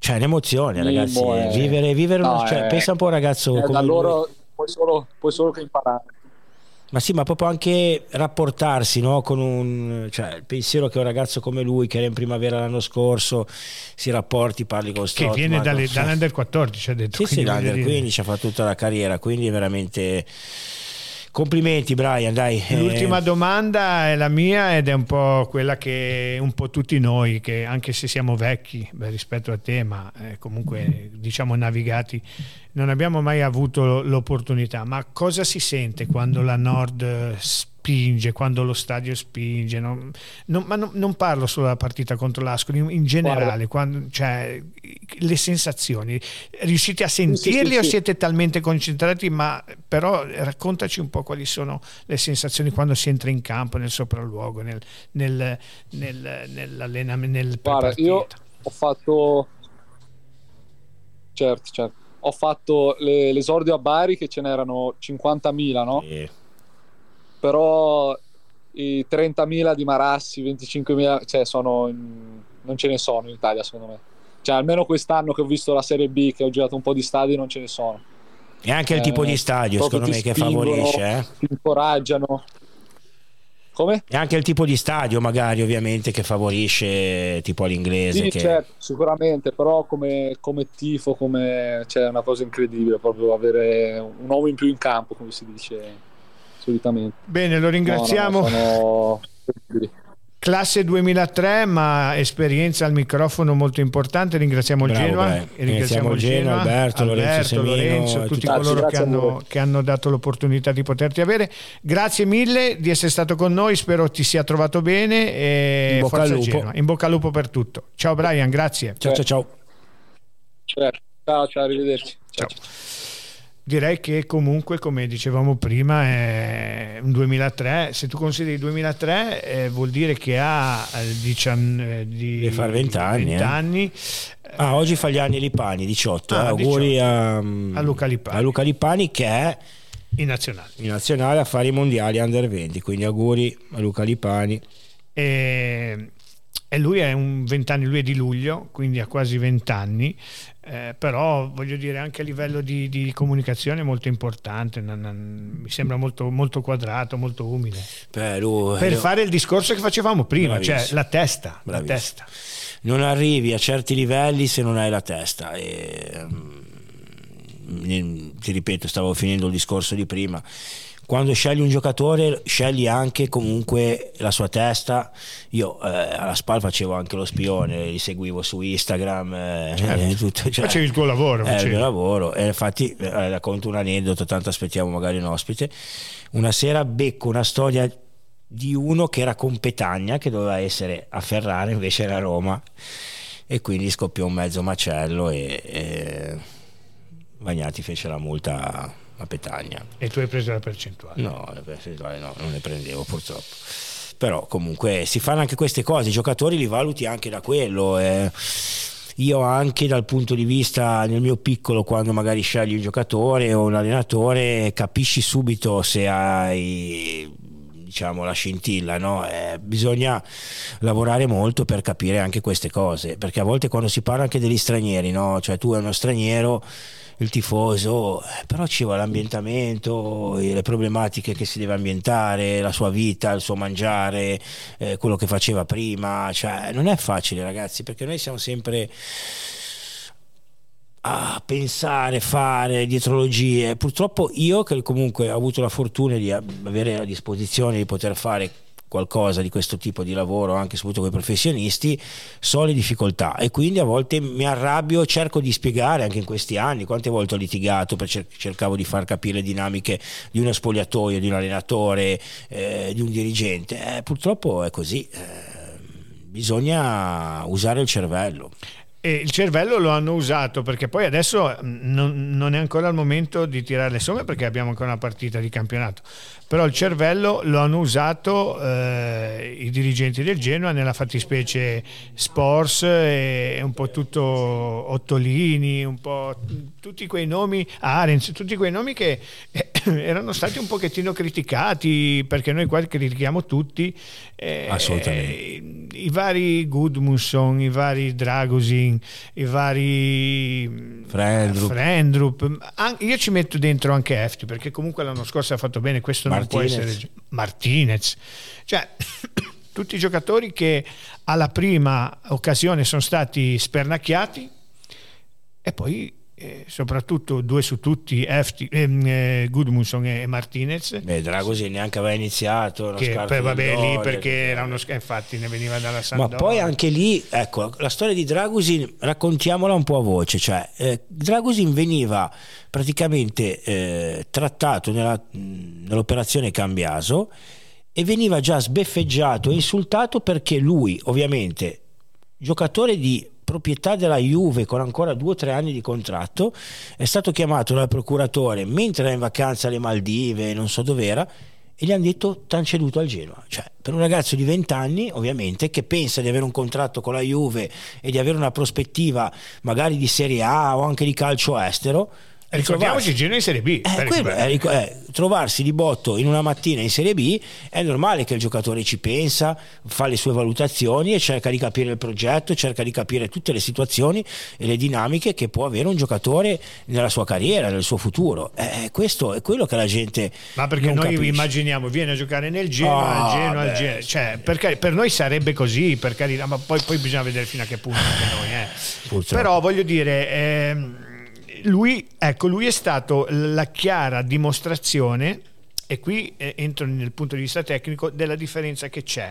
B: cioè un'emozione, ragazzi,
C: è...
B: vivere, vivere
C: no,
B: uno, cioè,
C: è...
B: pensa un po' un ragazzo
C: è
B: come
C: da loro
B: lui.
C: puoi solo, puoi solo che imparare.
B: Ma sì, ma proprio anche rapportarsi, no? Con un, cioè, il pensiero che un ragazzo come lui, che era in primavera l'anno scorso, si rapporti, parli con Strootman,
A: che viene dalle,
B: cioè...
A: dall'Under quattordici, ha detto.
B: Sì, sì, l'Under quindici ha fatto tutta la carriera, quindi veramente complimenti, Brian, dai.
A: L'ultima
B: eh...
A: domanda è la mia ed è un po' quella che un po' tutti noi, che anche se siamo vecchi beh, rispetto a te, ma eh, comunque diciamo navigati, non abbiamo mai avuto l'opportunità. Ma cosa si sente quando la Nord spinge, quando lo stadio spinge? Non, non, ma non, non parlo solo della partita contro l'Ascoli, in generale, quando, cioè, le sensazioni. Riuscite a sentirli
C: sì, sì,
A: o
C: sì.
A: siete talmente concentrati? Ma però raccontaci un po' quali sono le sensazioni quando si entra in campo, nel sopralluogo, nel, nel, nel, nell'allenamento, nel
C: Guarda, io ho fatto certo, certo. Ho fatto le, l'esordio a Bari che ce n'erano cinquantamila, no?
B: Sì.
C: Però i trentamila di Marassi, venticinquemila, cioè sono in... non ce ne sono in Italia secondo me. Cioè almeno quest'anno che ho visto la Serie B, che ho girato un po' di stadi, non ce ne sono.
B: E anche il
C: eh,
B: tipo di stadio secondo me che favorisce, eh?
C: Ti incoraggiano. Come?
B: E anche il tipo di stadio magari ovviamente che favorisce, tipo all'inglese.
C: Sì,
B: che...
C: certo, sicuramente, però come, come tifo, come cioè, è una cosa incredibile proprio avere un uomo in più in campo, come si dice solitamente.
A: Bene, lo ringraziamo.
C: No, no, sono...
A: Classe duemilatré, ma esperienza al microfono molto importante. Ringraziamo il
B: Bravo,
A: Genoa,
B: bravo.
A: ringraziamo il
B: Genoa,
A: Genoa,
B: Alberto,
A: Alberto,
B: Lorenzo, Semino,
A: Lorenzo, tutti
B: tutti...
A: coloro
C: Grazie,
A: che hanno, che hanno dato l'opportunità di poterti avere. Grazie mille di essere stato con noi, spero ti sia trovato bene e
B: in bocca
A: forza
B: al lupo.
A: Genoa. In bocca al lupo per tutto. Ciao Brian, grazie.
B: Ciao ciao ciao.
C: Ciao, ciao, arrivederci. Ciao.
A: Ciao. Direi che comunque, come dicevamo prima, è un duemilatré. Se tu consideri il duemilatré, eh, vuol dire che ha eh, diciannove, di
B: Deve fare venti anni.
A: venti anni.
B: Ah, oggi fa gli anni Lipani, diciotto.
A: Ah,
B: eh, auguri
A: diciotto.
B: A,
A: a Luca Lipani.
B: A Luca Lipani che è
A: in nazionale.
B: In nazionale a fare i mondiali under venti. Quindi auguri a Luca Lipani.
A: E, e lui è un vent'anni, lui è di luglio, quindi ha quasi vent'anni. Eh, però voglio dire anche a livello di, di comunicazione molto importante, non, non, mi sembra molto, molto quadrato, molto umile.
B: Beh, lui,
A: per
B: lui...
A: fare il discorso che facevamo prima,
B: Bravissimo.
A: cioè la testa, la testa.
B: Non arrivi a certi livelli se non hai la testa e, ti ripeto, stavo finendo il discorso di prima. Quando scegli un giocatore scegli anche comunque la sua testa. Io eh, alla SPAL facevo anche lo spione, li seguivo su Instagram, eh,
A: certo.
B: eh, tutto, cioè,
A: facevi il tuo lavoro,
B: eh, il mio lavoro. E infatti eh, racconto un aneddoto, tanto aspettiamo magari un ospite. Una sera becco una storia di uno che era con Petagna, che doveva essere a Ferrara, invece era a Roma, e quindi scoppiò un mezzo macello e, e Bagnati fece la multa a Petagna.
A: E tu hai preso la percentuale?
B: No, la percentuale no, non ne prendevo purtroppo. Però comunque si fanno anche queste cose, i giocatori li valuti anche da quello. Eh. Io anche dal punto di vista nel mio piccolo, quando magari scegli un giocatore o un allenatore, capisci subito se hai, diciamo, la scintilla, no? Eh, bisogna lavorare molto per capire anche queste cose, perché a volte quando si parla anche degli stranieri, no? Cioè tu hai uno straniero, il tifoso, però ci va l'ambientamento, le problematiche che si deve ambientare, la sua vita, il suo mangiare, eh, quello che faceva prima, cioè non è facile, ragazzi, perché noi siamo sempre a pensare, fare dietrologie. Purtroppo io, che comunque ho avuto la fortuna di avere a disposizione di poter fare qualcosa di questo tipo di lavoro anche soprattutto con i professionisti, so le difficoltà e quindi a volte mi arrabbio, cerco di spiegare anche in questi anni quante volte ho litigato per cer- cercavo di far capire le dinamiche di uno spogliatoio, di un allenatore, eh, di un dirigente. Eh, purtroppo è così, eh, bisogna usare il cervello.
A: E il cervello lo hanno usato, perché poi adesso non, non è ancora il momento di tirare le somme perché abbiamo ancora una partita di campionato, però il cervello lo hanno usato eh, i dirigenti del Genoa, nella fattispecie Spors e un po' tutto Ottolini, un po' tutti quei nomi, Arens, tutti quei nomi che eh, erano stati un pochettino criticati, perché noi qua critichiamo tutti, eh,
B: assolutamente.
A: i i vari Gudmundsson, i vari Dragusin, i vari
B: Frendrup,
A: Frendrup. Io ci metto dentro anche Efti, perché comunque l'anno scorso ha fatto bene, questo
B: Martinez.
A: non può essere Martinez, cioè tutti i giocatori che alla prima occasione sono stati spernacchiati e poi eh, soprattutto due su tutti, Efti, eh, Gudmundsson e Martinez.
B: Beh, Dragosin neanche aveva iniziato,
A: che poi vabbè lì perché era uno infatti ne veniva dalla Sampdoria.
B: Ma poi anche lì, ecco, la storia di Dragosin raccontiamola un po' a voce, cioè eh, Dragosin veniva praticamente eh, trattato nella, nell'operazione Cambiaso e veniva già sbeffeggiato e insultato perché lui, ovviamente giocatore di proprietà della Juve con ancora due o tre anni di contratto, è stato chiamato dal procuratore mentre era in vacanza alle Maldive, non so dov'era, e gli hanno detto t'han ceduto al Genoa. Cioè, per un ragazzo di venti anni, ovviamente, che pensa di avere un contratto con la Juve e di avere una prospettiva magari di Serie A o anche di calcio estero,
A: ricordiamoci il Genoa in Serie B,
B: eh, quello, è, è, trovarsi di botto in una mattina in Serie B, è normale che il giocatore ci pensa, fa le sue valutazioni e cerca di capire il progetto, cerca di capire tutte le situazioni e le dinamiche che può avere un giocatore nella sua carriera, nel suo futuro. Eh, questo è quello che la gente
A: ma perché
B: non
A: noi
B: capisce.
A: Immaginiamo viene a giocare nel Genoa,
B: oh,
A: al Genoa,
B: beh,
A: al Genoa. Cioè, per, per noi sarebbe così, per carità, ma poi, poi bisogna vedere fino a che punto anche noi, eh. Però voglio dire ehm, lui, ecco, lui è stato la chiara dimostrazione, e qui eh, entro nel punto di vista tecnico, della differenza che c'è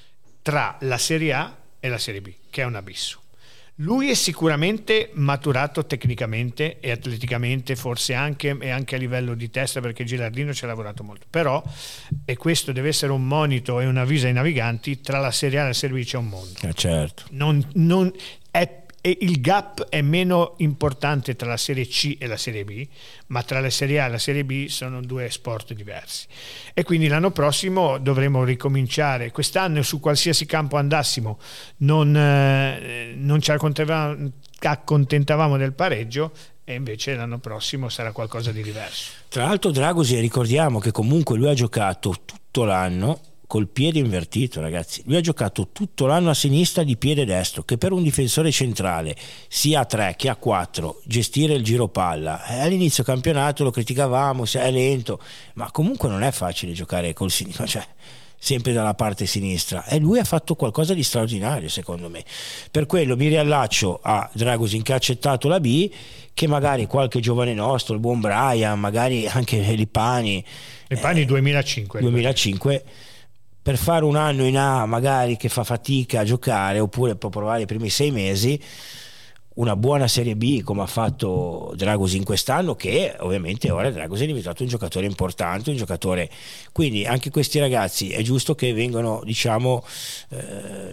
A: tra la Serie A e la Serie B, che è un abisso. Lui è sicuramente maturato tecnicamente e atleticamente, forse anche, e anche a livello di testa, perché Gilardino ci ha lavorato molto, però, e questo deve essere un monito e un avviso ai naviganti, tra la Serie A e la Serie B c'è un mondo.
B: Eh, certo.
A: Non, non è e il gap è meno importante tra la Serie C e la Serie B, ma tra la Serie A e la Serie B sono due sport diversi, e quindi l'anno prossimo dovremo ricominciare. Quest'anno su qualsiasi campo andassimo non, eh, non ci accontentavamo, accontentavamo del pareggio, e invece l'anno prossimo sarà qualcosa di diverso.
B: Tra l'altro Dragosin, ricordiamo che comunque lui ha giocato tutto l'anno col piede invertito, ragazzi. Lui ha giocato tutto l'anno a sinistra di piede destro, che per un difensore centrale sia a tre che a quattro gestire il giro palla, eh, all'inizio campionato lo criticavamo, se è lento, ma comunque non è facile giocare col sinistro, cioè sempre dalla parte sinistra, e lui ha fatto qualcosa di straordinario secondo me. Per quello mi riallaccio a Dragosin, che ha accettato la B, che magari qualche giovane nostro, il buon Brian, magari anche Lipani
A: Lipani
B: eh,
A: duemilacinque
B: duemilacinque, per fare un anno in A magari che fa fatica a giocare, oppure può provare i primi sei mesi una buona Serie B come ha fatto Dragosin quest'anno, che ovviamente ora Dragosin è diventato un giocatore importante, un giocatore, quindi anche questi ragazzi è giusto che vengano, diciamo, eh,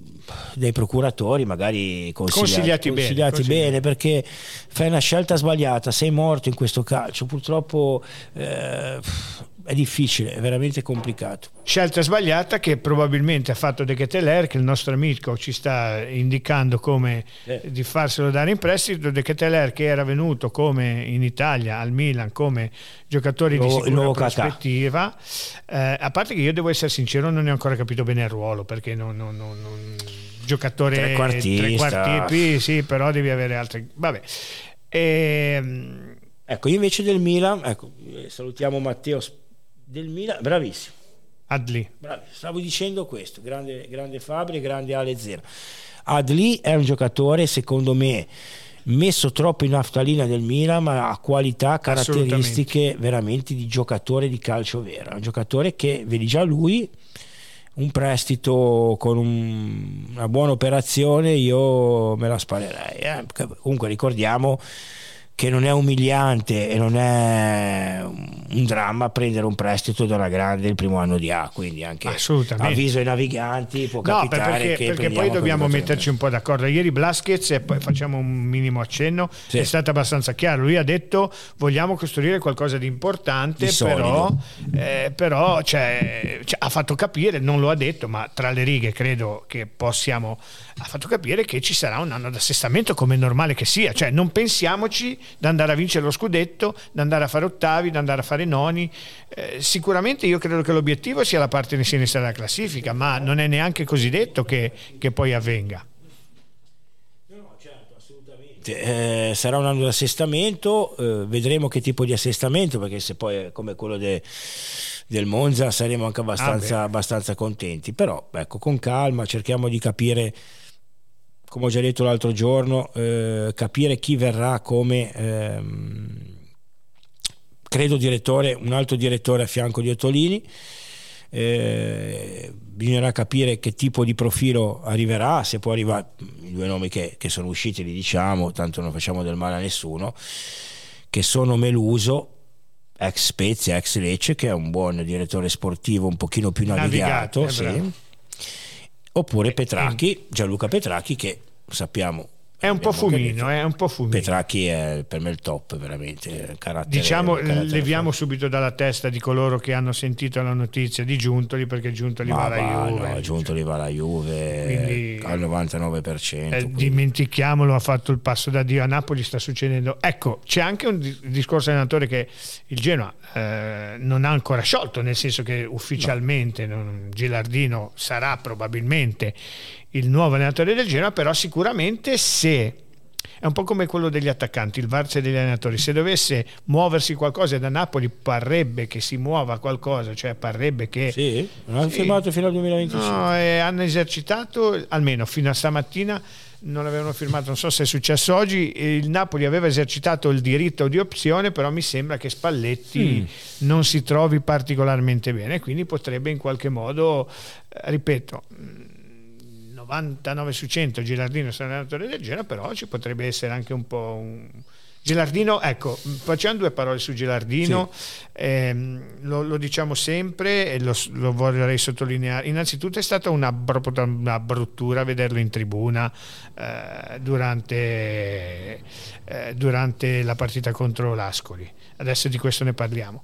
B: dai procuratori magari consigliati,
A: consigliati,
B: consigliati
A: bene,
B: bene, perché fai una scelta sbagliata, sei morto in questo calcio, purtroppo eh, è difficile, è veramente complicato.
A: Scelta sbagliata che probabilmente ha fatto De Ketelaere, che il nostro amico ci sta indicando come
B: eh.
A: di farselo dare in prestito. De Ketelaere, che era venuto come in Italia al Milan come giocatore
B: Lo,
A: di sicura
B: prospettiva,
A: eh, a parte che io devo essere sincero, non ne ho ancora capito bene il ruolo, perché non, non, non, non giocatore
B: trequartista,
A: trequartisti, sì, però devi avere altri, vabbè. E,
B: ecco, io invece del Milan, ecco, salutiamo Matteo del Milan, bravissimo.
A: Adli.
B: Bravi. Stavo dicendo questo, grande, grande Fabri, grande Ale Zero. Adli è un giocatore, secondo me, messo troppo in naftalina del Milan, ma ha qualità, caratteristiche veramente di giocatore di calcio vero. È un giocatore che, vedi già lui, un prestito con un, una buona operazione, io me la sparerei. Eh? Comunque ricordiamo che non è umiliante e non è un dramma prendere un prestito da una grande il primo anno di A, quindi anche avviso ai naviganti, può
A: no,
B: capitare
A: perché,
B: che
A: perché poi dobbiamo metterci un po' d'accordo. Ieri Blazquez, e poi facciamo un minimo accenno, sì, è stato abbastanza chiaro. Lui ha detto vogliamo costruire qualcosa di importante, di però, eh, però cioè, cioè, ha fatto capire, non lo ha detto, ma tra le righe credo che possiamo, ha fatto capire che ci sarà un anno d'assestamento, come è normale che sia, cioè non pensiamoci da andare a vincere lo scudetto, da andare a fare ottavi, da andare a fare noni. Eh, sicuramente io credo che l'obiettivo sia la parte in sinistra della classifica, ma non è neanche così detto che, che poi avvenga.
B: Eh, sarà un anno di assestamento, eh, vedremo che tipo di assestamento, perché se poi è come quello de, del Monza saremo anche abbastanza, ah abbastanza contenti, però ecco, con calma cerchiamo di capire, come ho già detto l'altro giorno, eh, capire chi verrà come ehm, credo direttore, un altro direttore a fianco di Ottolini. Eh, bisognerà capire che tipo di profilo arriverà, se può arrivare. I due nomi che, che sono usciti li diciamo, tanto non facciamo del male a nessuno, che sono Meluso, ex Spezia, ex Lecce, che è un buon direttore sportivo un pochino più navigato,
A: navigato
B: sì. Oppure Petracchi, Gianluca Petracchi, che sappiamo
A: è un po' fumino, è un po' fumino.
B: Petracchi è per me il top, veramente. Carattere,
A: diciamo,
B: carattere
A: leviamo
B: forte.
A: Subito dalla testa di coloro che hanno sentito la notizia di Giuntoli, perché Giuntoli
B: Ma
A: va alla Juve.
B: No, Giuntoli va alla Juve
A: Quindi,
B: al novantanove per cento.
A: Eh, dimentichiamolo, ha fatto il passo da Dio. A Napoli sta succedendo. Ecco, c'è anche un discorso allenatore che il Genoa eh, non ha ancora sciolto, nel senso che ufficialmente no. non, Gilardino sarà probabilmente il nuovo allenatore del Genoa, però sicuramente se è un po' come quello degli attaccanti, il Varze degli allenatori, se dovesse muoversi qualcosa da Napoli parrebbe che si muova qualcosa, cioè parrebbe che
B: sì, non hanno
A: sì,
B: firmato fino al duemilaventicinque.
A: No, eh, hanno esercitato almeno fino a stamattina, non avevano firmato, non so se è successo oggi, il Napoli aveva esercitato il diritto di opzione, però mi sembra che Spalletti mm. non si trovi particolarmente bene, quindi potrebbe in qualche modo, eh, ripeto, novantanove su cento Gilardino è allenatore del Genoa, però ci potrebbe essere anche un po' un... Gilardino, ecco, facciamo due parole su Gilardino, sì. ehm, lo, lo diciamo sempre e lo, lo vorrei sottolineare. Innanzitutto è stata una, una bruttura vederlo in tribuna eh, durante, eh, durante la partita contro l'Ascoli. Adesso di questo ne parliamo.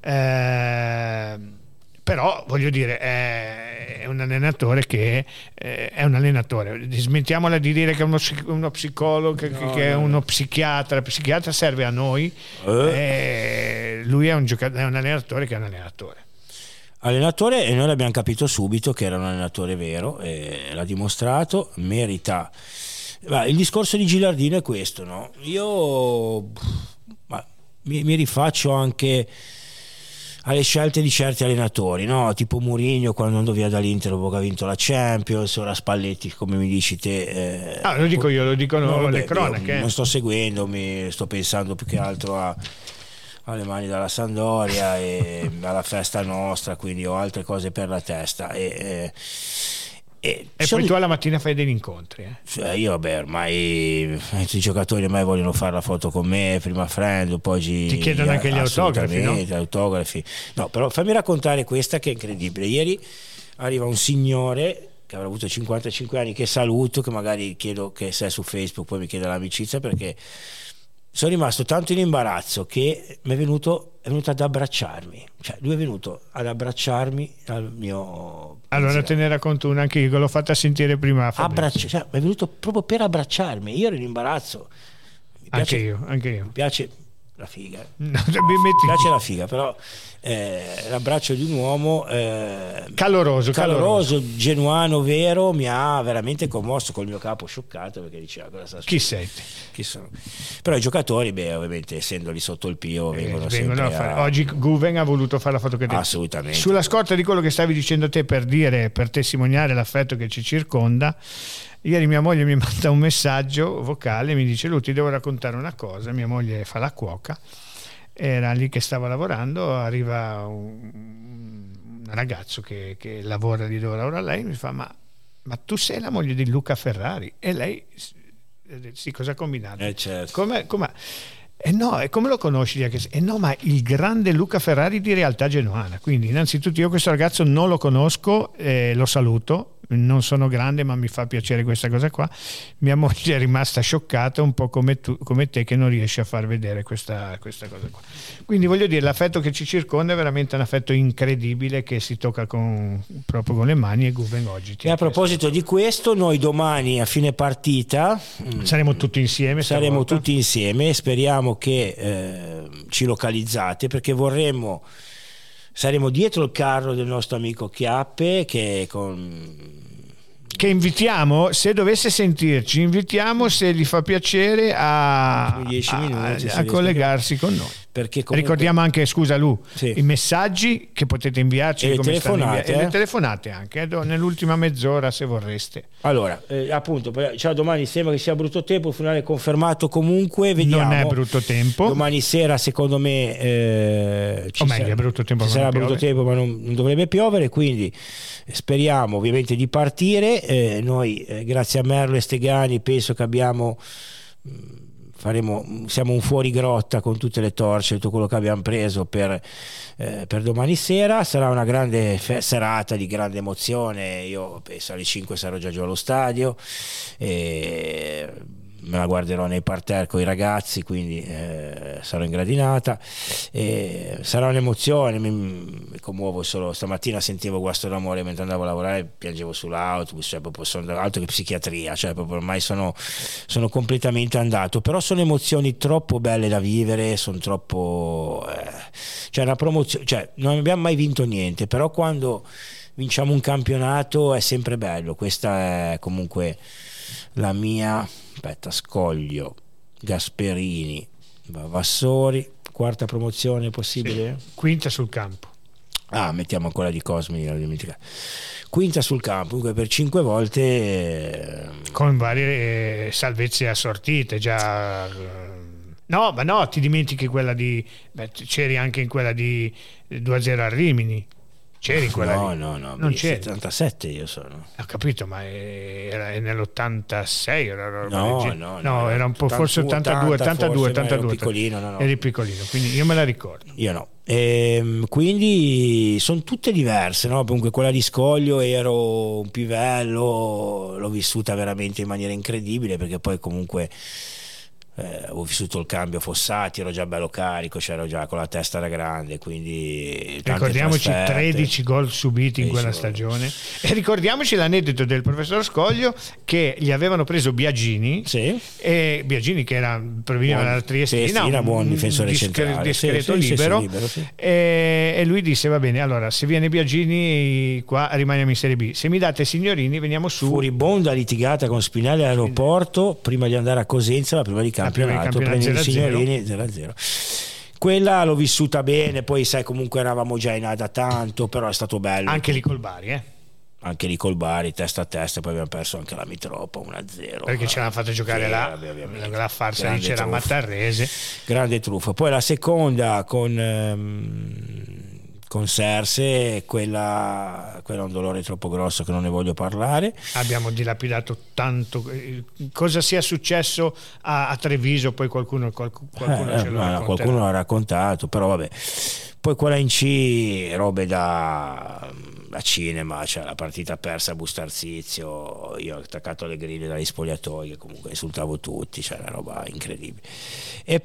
A: Eh, però voglio dire è un allenatore che eh, è un allenatore, smentiamola di dire che è uno, uno psicologo, che, no, che è uno psichiatra. Il psichiatra serve a noi, eh. Eh, lui è un, giocatore, è un allenatore che è un allenatore
B: allenatore e noi l'abbiamo capito subito che era un allenatore vero, e l'ha dimostrato, merita. Ma il discorso di Gilardino è questo, no? Io ma, mi, mi rifaccio anche alle scelte di certi allenatori, no? Tipo Mourinho quando andò via dall'Inter dopo che ha vinto la Champions, ora Spalletti, come mi dici te. Eh,
A: ah, lo dico io, lo dicono
B: no, vabbè,
A: le cronache.
B: Non sto seguendo, mi sto pensando più che altro a, alle mani dalla Sampdoria e alla festa nostra, quindi ho altre cose per la testa. E, e,
A: E, e poi tu alla mattina fai degli incontri, eh?
B: Cioè io vabbè ormai i giocatori ormai vogliono fare la foto con me, prima friend, poi ci,
A: ti chiedono anche gli autografi, no?
B: autografi. No, però fammi raccontare questa che è incredibile. Ieri arriva un signore che avrà avuto cinquantacinque anni, che saluto, che magari chiedo che se è su Facebook poi mi chiede l'amicizia, perché sono rimasto tanto in imbarazzo che mi è venuto è venuto ad abbracciarmi, cioè lui è venuto ad abbracciarmi al mio
A: allora
B: pensiero.
A: Te ne racconto una che io l'ho fatta sentire prima.
B: Abbracci, cioè, è venuto proprio per abbracciarmi, io ero in imbarazzo.
A: Mi piace, anche io anche io
B: mi piace la figa,
A: no,
B: mi piace la figa, però eh, l'abbraccio di un uomo eh,
A: caloroso, caloroso,
B: caloroso, genuano, vero, mi ha veramente commosso, col mio capo scioccato, perché diceva cosa sta
A: chi sei?
B: Chi sono? Però i giocatori, beh, ovviamente essendo lì sotto il Pio eh, vengono, vengono a fare.
A: A... Oggi Guven ha voluto fare la foto che te.
B: Assolutamente.
A: Sulla scorta di quello che stavi dicendo te, per dire, per testimoniare l'affetto che ci circonda, ieri mia moglie mi manda un messaggio vocale, mi dice: Lu, ti devo raccontare una cosa. Mia moglie fa la cuoca, era lì che stava lavorando, arriva un, un ragazzo che, che lavora lì dove lavora lei, mi fa: ma, ma tu sei la moglie di Luca Ferrari? E lei sì, cosa ha combinato?
B: Eh certo.
A: Come, come, eh no, e come lo conosci? Eh no, ma il grande Luca Ferrari di Realtà Genoana. Quindi innanzitutto io questo ragazzo non lo conosco, eh, lo saluto, non sono grande ma mi fa piacere questa cosa qua. Mia moglie è rimasta scioccata, un po' come tu, come te, che non riesci a far vedere questa, questa cosa qua. Quindi voglio dire, l'affetto che ci circonda è veramente un affetto incredibile che si tocca con, proprio con le mani. E Guven oggi
B: e a proposito di questo, noi domani a fine partita
A: saremo tutti insieme
B: saremo
A: stavolta.
B: tutti insieme, speriamo speriamo che eh, ci localizzate, perché vorremmo, saremo dietro il carro del nostro amico Chiappe, che con
A: che invitiamo, se dovesse sentirci, invitiamo, se gli fa piacere, a,
B: dieci minuti,
A: a, a collegarsi con noi.
B: Perché comunque...
A: Ricordiamo anche, scusa Lu,
B: sì.
A: i messaggi che potete inviarci,
B: e le
A: come
B: telefonate,
A: invia-
B: eh?
A: e le telefonate anche eh, nell'ultima mezz'ora, se vorreste.
B: Allora, eh, appunto, ciao, domani sembra che sia brutto tempo, il finale è confermato comunque, vediamo.
A: Non è brutto tempo.
B: Domani sera secondo me eh, ci,
A: o meglio,
B: sarà,
A: è brutto tempo,
B: ci sarà brutto tempo, ma non, non dovrebbe piovere, quindi speriamo ovviamente di partire. Eh, noi eh, grazie a Merlo e Stegani penso che abbiamo mh, faremo, siamo un fuori grotta con tutte le torce, tutto quello che abbiamo preso per, eh, per domani sera. Sarà una grande fe- serata di grande emozione. Io penso alle cinque sarò già giù allo stadio e me la guarderò nei parterre con i ragazzi, quindi eh, sarò in gradinata e sarà un'emozione. Mi, mi commuovo solo stamattina, sentivo Guasto d'amore mentre andavo a lavorare, piangevo sull'autobus, cioè proprio sono altro che psichiatria, cioè proprio ormai sono, sono completamente andato, però sono emozioni troppo belle da vivere, sono troppo eh, cioè una promozione, cioè non abbiamo mai vinto niente, però quando vinciamo un campionato è sempre bello. Questa è comunque la mia, aspetta, Scoglio, Gasperini, Vavassori, quarta promozione possibile?
A: Sì. Quinta sul campo.
B: Ah, mettiamo ancora di Cosmi, quinta sul campo, comunque per cinque volte eh...
A: con varie eh, salvezze assortite già. No, ma no, ti dimentichi quella di beh, c'eri anche in quella di due a zero a Rimini. C'eri in quella
B: no,
A: lì?
B: no, no,
A: non c'eri.
B: settantasette io sono.
A: Ho capito, ma era nell'ottantasei era
B: no,
A: no,
B: no,
A: no, era un po'
B: ottanta,
A: forse ottantadue, ottantadue,
B: forse,
A: ottantadue.
B: Ero piccolino, no, no.
A: Eri piccolino, quindi io me la ricordo.
B: Io no. E, quindi sono tutte diverse, no? Comunque quella di Scoglio ero un pivello, l'ho vissuta veramente in maniera incredibile, perché poi comunque Eh, ho vissuto il cambio Fossati, ero già bello carico, c'ero già con la testa da grande, quindi
A: ricordiamoci tredici gol subiti in quella stagione e ricordiamoci l'aneddoto del professor Scoglio che gli avevano preso Biagini,
B: sì.
A: e Biagini che era proveniva dalla Triestina,
B: un
A: buon
B: difensore
A: discre-
B: centrale,
A: discreto
B: sì, sì,
A: libero,
B: sì, sì, libero sì.
A: E, e lui disse va bene, allora se viene Biagini qua rimaniamo in Serie B, se mi date Signorini veniamo su.
B: Furibonda litigata con Spinelli all'aeroporto prima di andare a Cosenza, la prima di campionato, prendi i Signorini zero a zero. Quella l'ho vissuta bene, poi sai comunque eravamo già in A da tanto, però è stato bello
A: anche lì col Bari, eh
B: anche lì col Bari testa a testa, poi abbiamo perso anche la Mitropa uno a zero
A: perché ce l'hanno fatto giocare
B: sì,
A: là, la farsa lì c'era Mattarrese,
B: grande truffa. Poi la seconda con ehm, con Serse, quella, quella è un dolore troppo grosso che non ne voglio parlare.
A: Abbiamo dilapidato tanto. Cosa sia successo a, a Treviso, poi qualcuno, qualcuno, qualcuno
B: eh,
A: ce lo
B: no, qualcuno l'ha raccontato, però vabbè. Poi quella in C, robe da, da cinema, cioè la partita persa a Bustarsizio, io ho attaccato alle griglie dagli spogliatoi che comunque insultavo tutti, cioè una roba incredibile. E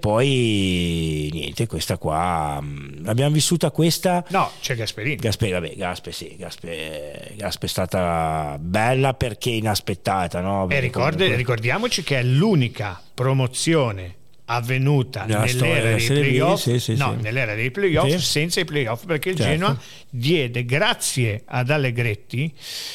B: poi niente, questa qua l'abbiamo vissuta questa.
A: No, c'è Gasperini.
B: Gaspe, vabbè, Gaspe sì, Gaspe, Gaspe è stata bella perché inaspettata, no?
A: E ricordi, comunque... ricordiamoci che è l'unica promozione avvenuta nella nell'era dei playoff,
B: sì, sì,
A: no,
B: sì.
A: nell'era dei playoff, sì. senza i playoff, perché il certo. Genoa diede, grazie ad Allegretti,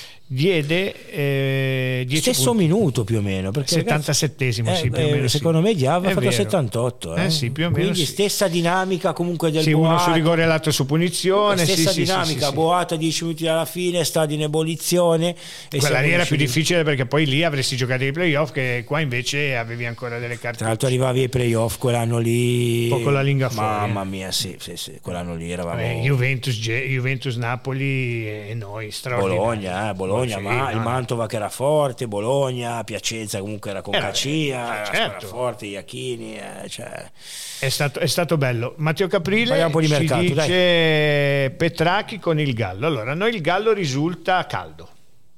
A: diede eh, dieci
B: stesso
A: punti.
B: minuto più o meno, perché
A: settantasettesimo
B: eh,
A: sì, più o meno,
B: eh, secondo
A: sì.
B: me già aveva
A: È
B: fatto
A: vero.
B: settantotto eh.
A: Eh, sì, più o meno
B: quindi
A: sì.
B: stessa dinamica comunque del
A: sì,
B: Boato,
A: uno su rigore e l'altro su punizione,
B: stessa
A: sì,
B: dinamica,
A: sì, sì,
B: Boato a dieci minuti dalla fine, stadio in ebollizione e
A: quella lì era
B: riusciti...
A: più difficile perché poi lì avresti giocato i playoff, che qua invece avevi ancora delle carte.
B: Tra l'altro arrivavi ai playoff quell'anno lì
A: un po' con la lingua fuori,
B: mamma
A: eh.
B: mia sì, sì, sì, quell'anno lì eravamo
A: Vabbè, Juventus, Juventus Napoli e noi straordinari.
B: Bologna, eh, Bologna,
A: sì,
B: ma il
A: no,
B: Mantova che era forte, Bologna, Piacenza comunque era con
A: era,
B: Cacia,
A: eh, certo.
B: era forte, Iachini, eh, cioè...
A: è, stato, è stato bello. Matteo Caprile
B: Parliamo un po' di
A: ci
B: mercato,
A: dice
B: dai.
A: Petracchi con il Gallo. Allora, a noi il Gallo risulta caldo.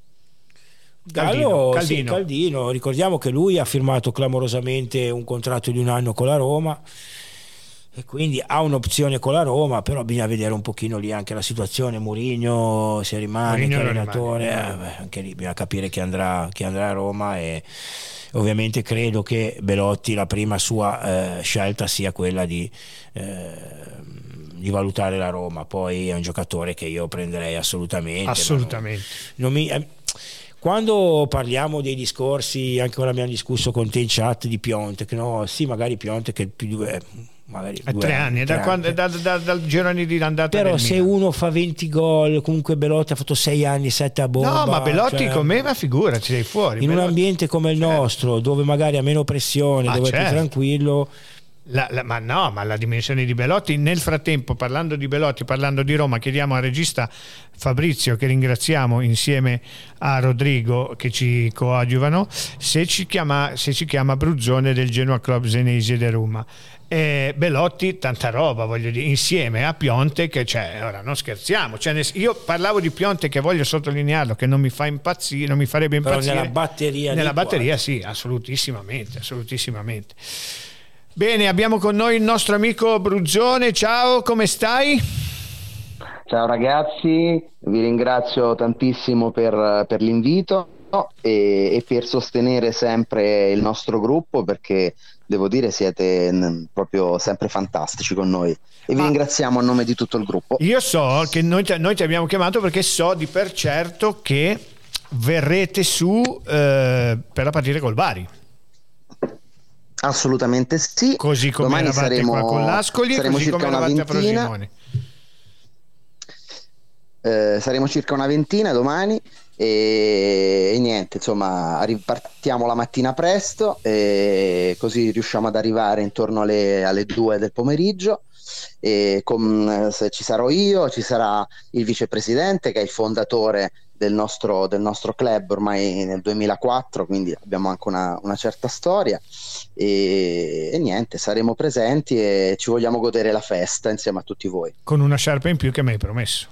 B: Gallo,
A: Caldino,
B: Caldino. Sì, Caldino, ricordiamo che lui ha firmato clamorosamente un contratto di un anno con la Roma. e quindi ha un'opzione con la Roma, però bisogna vedere un pochino lì anche la situazione. Mourinho se rimane,
A: Mourinho
B: che allenatore,
A: rimane.
B: eh, beh, anche lì bisogna capire chi andrà, chi andrà a Roma, e ovviamente credo che Belotti la prima sua eh, scelta sia quella di, eh, di valutare la Roma. Poi è un giocatore che io prenderei assolutamente,
A: assolutamente.
B: Non, non mi, eh, quando parliamo dei discorsi, anche ora abbiamo discusso con te in chat di Piontek, no? Sì, magari Piontek è più eh, magari
A: È
B: due
A: tre anni, è da
B: tre
A: quando,
B: anni.
A: da, da, dal girone di andata.
B: Però
A: del
B: se
A: Milan.
B: uno fa venti gol, comunque Belotti ha fatto sei anni, sette a bomba.
A: No, ma Belotti
B: cioè,
A: con me, ma figuraci, sei fuori.
B: in
A: Belotti.
B: un ambiente come il nostro, dove magari ha meno pressione,
A: Ah,
B: dove
A: certo.
B: è più tranquillo.
A: La, la, ma no, ma la dimensione di Belotti. Nel frattempo, parlando di Belotti, parlando di Roma, chiediamo al regista Fabrizio, che ringraziamo insieme a Rodrigo che ci coadiuvano, se ci chiama, se ci chiama Bruzzone del Genoa Club Senese de Roma. Eh, Belotti, tanta roba, voglio dire, insieme a Piontek, cioè, ora non scherziamo, cioè, io parlavo di Piontek, che voglio sottolinearlo, che non mi fa impazzire, non mi farebbe
B: Però
A: impazzire
B: nella batteria
A: nella
B: dei
A: batteria sì, assolutissimamente, assolutissimamente. Bene, abbiamo con noi il nostro amico Bruzzone. Ciao, come stai?
D: Ciao ragazzi, vi ringrazio tantissimo per, per l'invito e, e per sostenere sempre il nostro gruppo, perché devo dire siete n- proprio sempre fantastici con noi, e vi
A: Ma-
D: ringraziamo a nome di tutto il gruppo.
A: Io so che noi ti, noi ti abbiamo chiamato perché so di per certo che verrete su eh, per la partita col Bari.
D: Assolutamente sì.
A: Così come
D: Domani
A: eravate
D: saremo,
A: qua con l'Ascoli,
D: saremo
A: così
D: circa
A: come
D: una
A: eravate a
D: ventina.
A: Frosinone.
D: Eh, saremo circa una ventina domani e, e niente, insomma, ripartiamo la mattina presto, e così riusciamo ad arrivare intorno alle, alle due del pomeriggio. E con, se ci sarò io, ci sarà il vicepresidente, che è il fondatore del nostro, del nostro club ormai nel duemilaquattro, quindi abbiamo anche una, una certa storia, e, e niente, saremo presenti e ci vogliamo godere la festa insieme a tutti voi.
A: Con una sciarpa in più che mi hai promesso.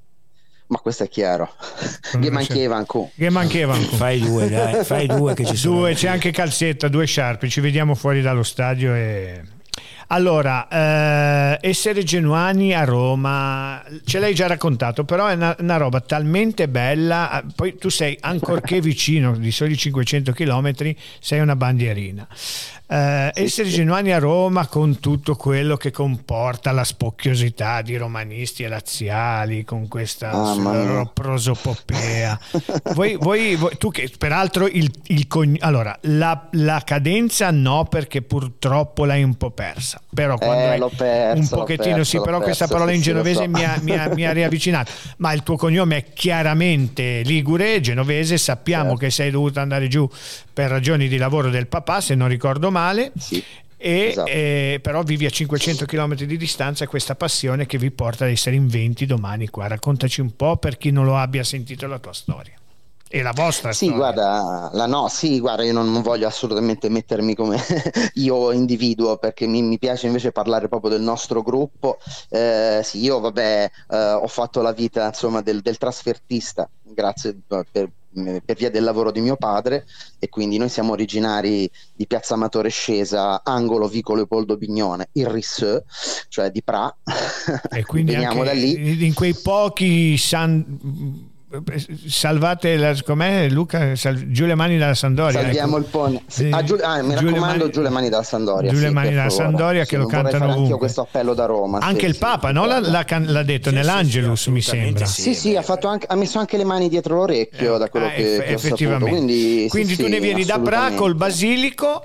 D: Ma questo è chiaro.
A: Con
D: Che
A: una
D: mancheva ancora.
A: Che mancheva ancora.
B: Fai due, dai, fai due che ci sono.
A: Due, c'è anche Calzetta, due sciarpe, ci vediamo fuori dallo stadio. E allora, eh, essere genuani a Roma, ce l'hai già raccontato, però è una, una roba talmente bella. Poi tu sei, ancorché vicino di soli cinquecento chilometri, sei una bandierina. Eh, essere genuani a Roma, con tutto quello che comporta la spocchiosità di romanisti e laziali, con questa
D: Ah,
A: loro prosopopea. voi, voi, voi, tu che peraltro il, il cogn- allora la, la cadenza no, perché purtroppo l'hai un po' persa, però quando
D: Eh,
A: hai
D: l'ho persa,
A: un
D: l'ho
A: pochettino
D: persa,
A: sì,
D: l'ho
A: però
D: persa,
A: questa parola
D: sì,
A: in
D: sì, lo
A: genovese
D: so.
A: mi, ha, mi, ha, mi ha riavvicinato, ma il tuo cognome è chiaramente ligure, genovese, sappiamo
D: Certo.
A: che sei dovuto andare giù per ragioni di lavoro del papà, se non ricordo male.
D: Sì,
A: E,
D: esatto.
A: eh, però vivi a cinquecento chilometri di distanza, questa passione che vi porta ad essere in venti domani qua. Raccontaci un po', per chi non lo abbia sentito, la tua storia e la vostra
D: Sì,
A: storia.
D: guarda, la no, sì, guarda, io non, non voglio assolutamente mettermi come io individuo, perché mi, mi piace invece parlare proprio del nostro gruppo. Eh, sì, io vabbè, eh, ho fatto la vita, insomma, del, del trasfertista, grazie per, per via del lavoro di mio padre, e quindi noi siamo originari di Piazza Amatore Scesa, angolo Vico Leopoldo Bignone, il Risseux, cioè di Pra.
A: E quindi
D: Veniamo
A: anche
D: da lì.
A: in quei pochi san... salvate la, com'è Luca? Sal, giù le mani dalla Sandoria,
D: Salviamo
A: ecco.
D: il pone. Sì.
A: Eh,
D: Ah, giù, ah, mi
A: giù le
D: raccomando,
A: mani-
D: giù le mani dalla Sandoria.
A: giù le
D: sì,
A: mani
D: per
A: dalla
D: favore.
A: Sandoria,
D: Sì,
A: che lo
D: non vorrei
A: cantano
D: fare anch'io
A: ovunque.
D: questo appello da Roma.
A: Anche
D: sì,
A: il
D: sì,
A: Papa, no?
D: guarda.
A: L'ha, l'ha detto
B: Sì,
A: nell'Angelus,
B: sì,
A: mi
B: assolutamente
A: sembra.
B: sì.
D: Sì, sì,
B: beh,
D: ha, fatto anche, ha messo anche le mani dietro l'orecchio, da quello
A: Ah,
D: che,
A: eff-
D: che ho saputo.
A: effettivamente.
D: Quindi, sì,
A: Quindi tu
D: sì,
A: ne vieni da Pra
D: assolutamente.
A: col basilico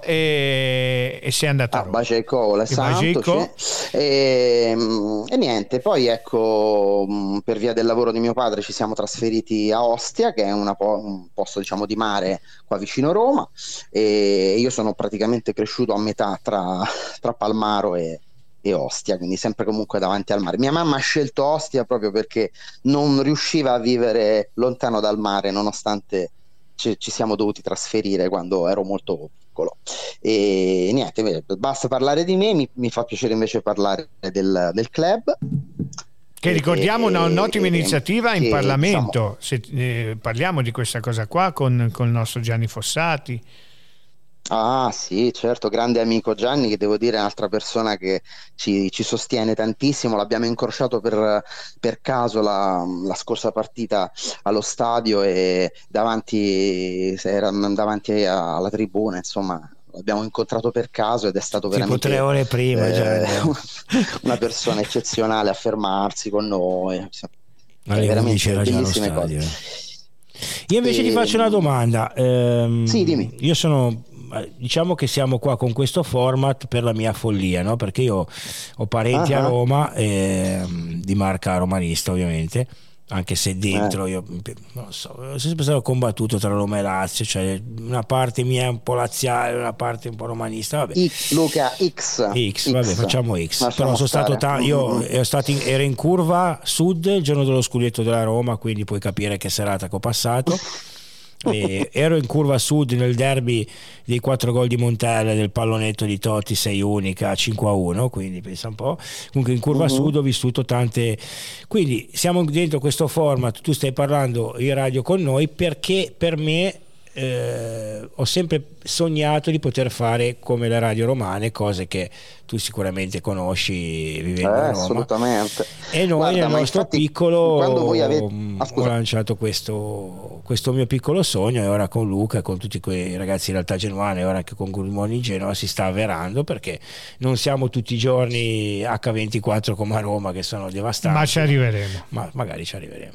A: e, e sei andato a
D: Ah,
A: Roma.
D: Baceico, le
A: E Baceico?
D: Santo, sì. e, mm, e niente, poi ecco, mm, per via del lavoro di mio padre ci siamo trasferiti a Ostia, che è una po- un posto, diciamo, di mare qua vicino Roma, e io sono praticamente cresciuto a metà tra, tra Palmaro e, e Ostia, quindi sempre comunque davanti al mare. Mia mamma ha scelto Ostia proprio perché non riusciva a vivere lontano dal mare, nonostante ci, ci siamo dovuti trasferire quando ero molto piccolo. E niente, basta parlare di me, mi, mi fa piacere invece parlare del, del club.
A: Che ricordiamo una, un'ottima
D: E-
A: iniziativa in
D: che,
A: Parlamento. Se, eh, parliamo di questa cosa qua con, con il nostro Gianni Fossati.
D: Ah sì, certo, grande amico Gianni, che devo dire è un'altra persona che ci, ci sostiene tantissimo. L'abbiamo incrociato per, per caso la, la scorsa partita allo stadio e davanti, era davanti alla tribuna, insomma, l'abbiamo incontrato per caso ed è stato
B: Tipo tre
D: veramente
B: ore prima,
D: eh,
B: Gianni.
D: una persona eccezionale a fermarsi con noi.
B: Alle
D: Veramente
B: undici era già allo
D: bellissime
B: stadio.
D: cose.
B: Io invece ti
D: E-
B: faccio una domanda. Ehm,
D: Sì, dimmi.
B: Io sono, diciamo che siamo qua con questo format per la mia follia, no? Perché io ho parenti a
D: Ah,
B: Roma, ehm, di marca romanista ovviamente, anche se dentro io non so, ho sempre stato combattuto tra Roma e Lazio, cioè una parte mia è un po' laziale, una parte un po' romanista, vabbè.
D: X, Luca, X.
B: X, vabbè, facciamo X.
D: Lasciamo
B: Però sono stato
D: stare.
B: ta- io
D: Mm, mm.
B: ero, stato in, ero in curva sud il giorno dello scudetto della Roma, quindi puoi capire che serata che ho passato. E ero in curva sud nel derby dei quattro gol di Montella, del pallonetto di Totti, sei unica, cinque a uno, quindi pensa un po'. Comunque in curva
D: Mhm.
B: sud ho vissuto tante, quindi siamo dentro questo format, tu stai parlando in radio con noi perché per me eh, ho sempre sognato di poter fare come le radio romane, cose che tu sicuramente conosci vivendo
D: Eh,
B: a Roma.
D: assolutamente.
B: E noi
D: Guarda,
B: nel
D: ma
B: nostro
D: infatti,
B: piccolo
D: quando voi avete...
B: mh,
D: Ah,
B: ho
D: scusa.
B: lanciato questo, questo mio piccolo sogno e ora con Luca e con tutti quei ragazzi in realtà genuani e ora anche con Gulmoni in Genova si sta avverando, perché non siamo tutti i giorni acca ventiquattro come a Roma che sono devastanti,
A: Ma ci arriveremo.
B: ma magari ci arriveremo.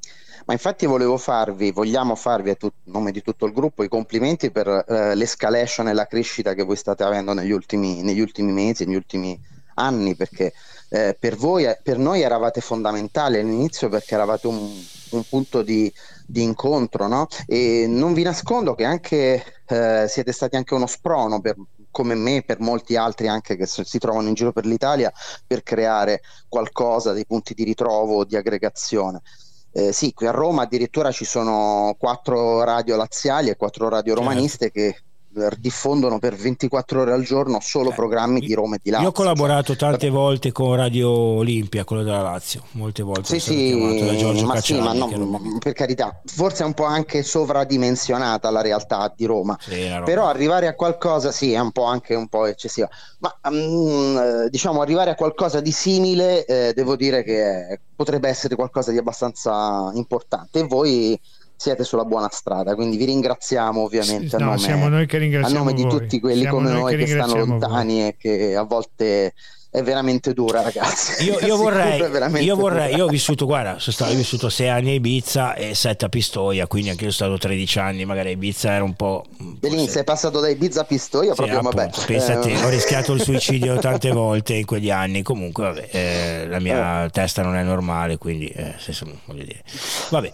D: Ma infatti volevo farvi, vogliamo farvi a tut- nome di tutto il gruppo i complimenti per eh, l'escalation e la crescita che voi state avendo negli ultimi, negli ultimi mesi, negli ultimi anni, perché eh, per voi, per noi eravate fondamentali all'inizio perché eravate un, un punto di, di incontro, no? E non vi nascondo che anche eh, siete stati anche uno sprono per, come me, per molti altri anche che si trovano in giro per l'Italia, per creare qualcosa, dei punti di ritrovo, di aggregazione. Eh, sì, qui a Roma addirittura ci sono quattro radio laziali e quattro radio romaniste che eh, diffondono per ventiquattro ore al giorno solo
B: Eh,
D: programmi di Roma e di Lazio.
B: Io ho collaborato
D: cioè,
B: tante volte con Radio Olimpia, quello della Lazio, molte volte
D: Sì,
B: sono stato chiamato da Giorgio
D: sì, ma sì,
B: Cacciari,
D: ma
B: che era un
D: no,
B: amico.
D: per carità, forse è un po' anche sovradimensionata la realtà di Roma,
B: Sì, era roba.
D: però arrivare a qualcosa, sì, è un po' anche un po' eccessiva, ma mm, eh, diciamo arrivare a qualcosa di simile, eh, devo dire che eh, potrebbe essere qualcosa di abbastanza importante e voi siete sulla buona strada, quindi vi ringraziamo ovviamente a
A: No,
D: nome,
A: siamo noi che
D: a
A: ringraziamo
D: nome di
A: voi.
D: tutti quelli
A: Siamo
D: come
A: noi
D: noi
A: che
D: che stanno
A: ringraziamo
D: lontani e che a volte è veramente dura, ragazzi.
B: Io,
D: Vi
B: io
D: assicuro,
B: vorrei,
D: è veramente
B: io vorrei,
D: dura.
B: io ho vissuto, guarda, sono stato, io ho vissuto sei anni a Ibiza e sette a Pistoia, quindi anche io sono stato tredici anni, magari a Ibiza era un po'.
D: Belin,
B: forse-
D: sei passato da Ibiza a Pistoia,
B: Sì,
D: proprio vabbè.
B: appunto, pensa a te,
D: Eh,
B: ho rischiato il suicidio tante volte in quegli anni, comunque vabbè, eh, la mia testa non è normale, quindi eh, se- se- voglio dire. Vabbè,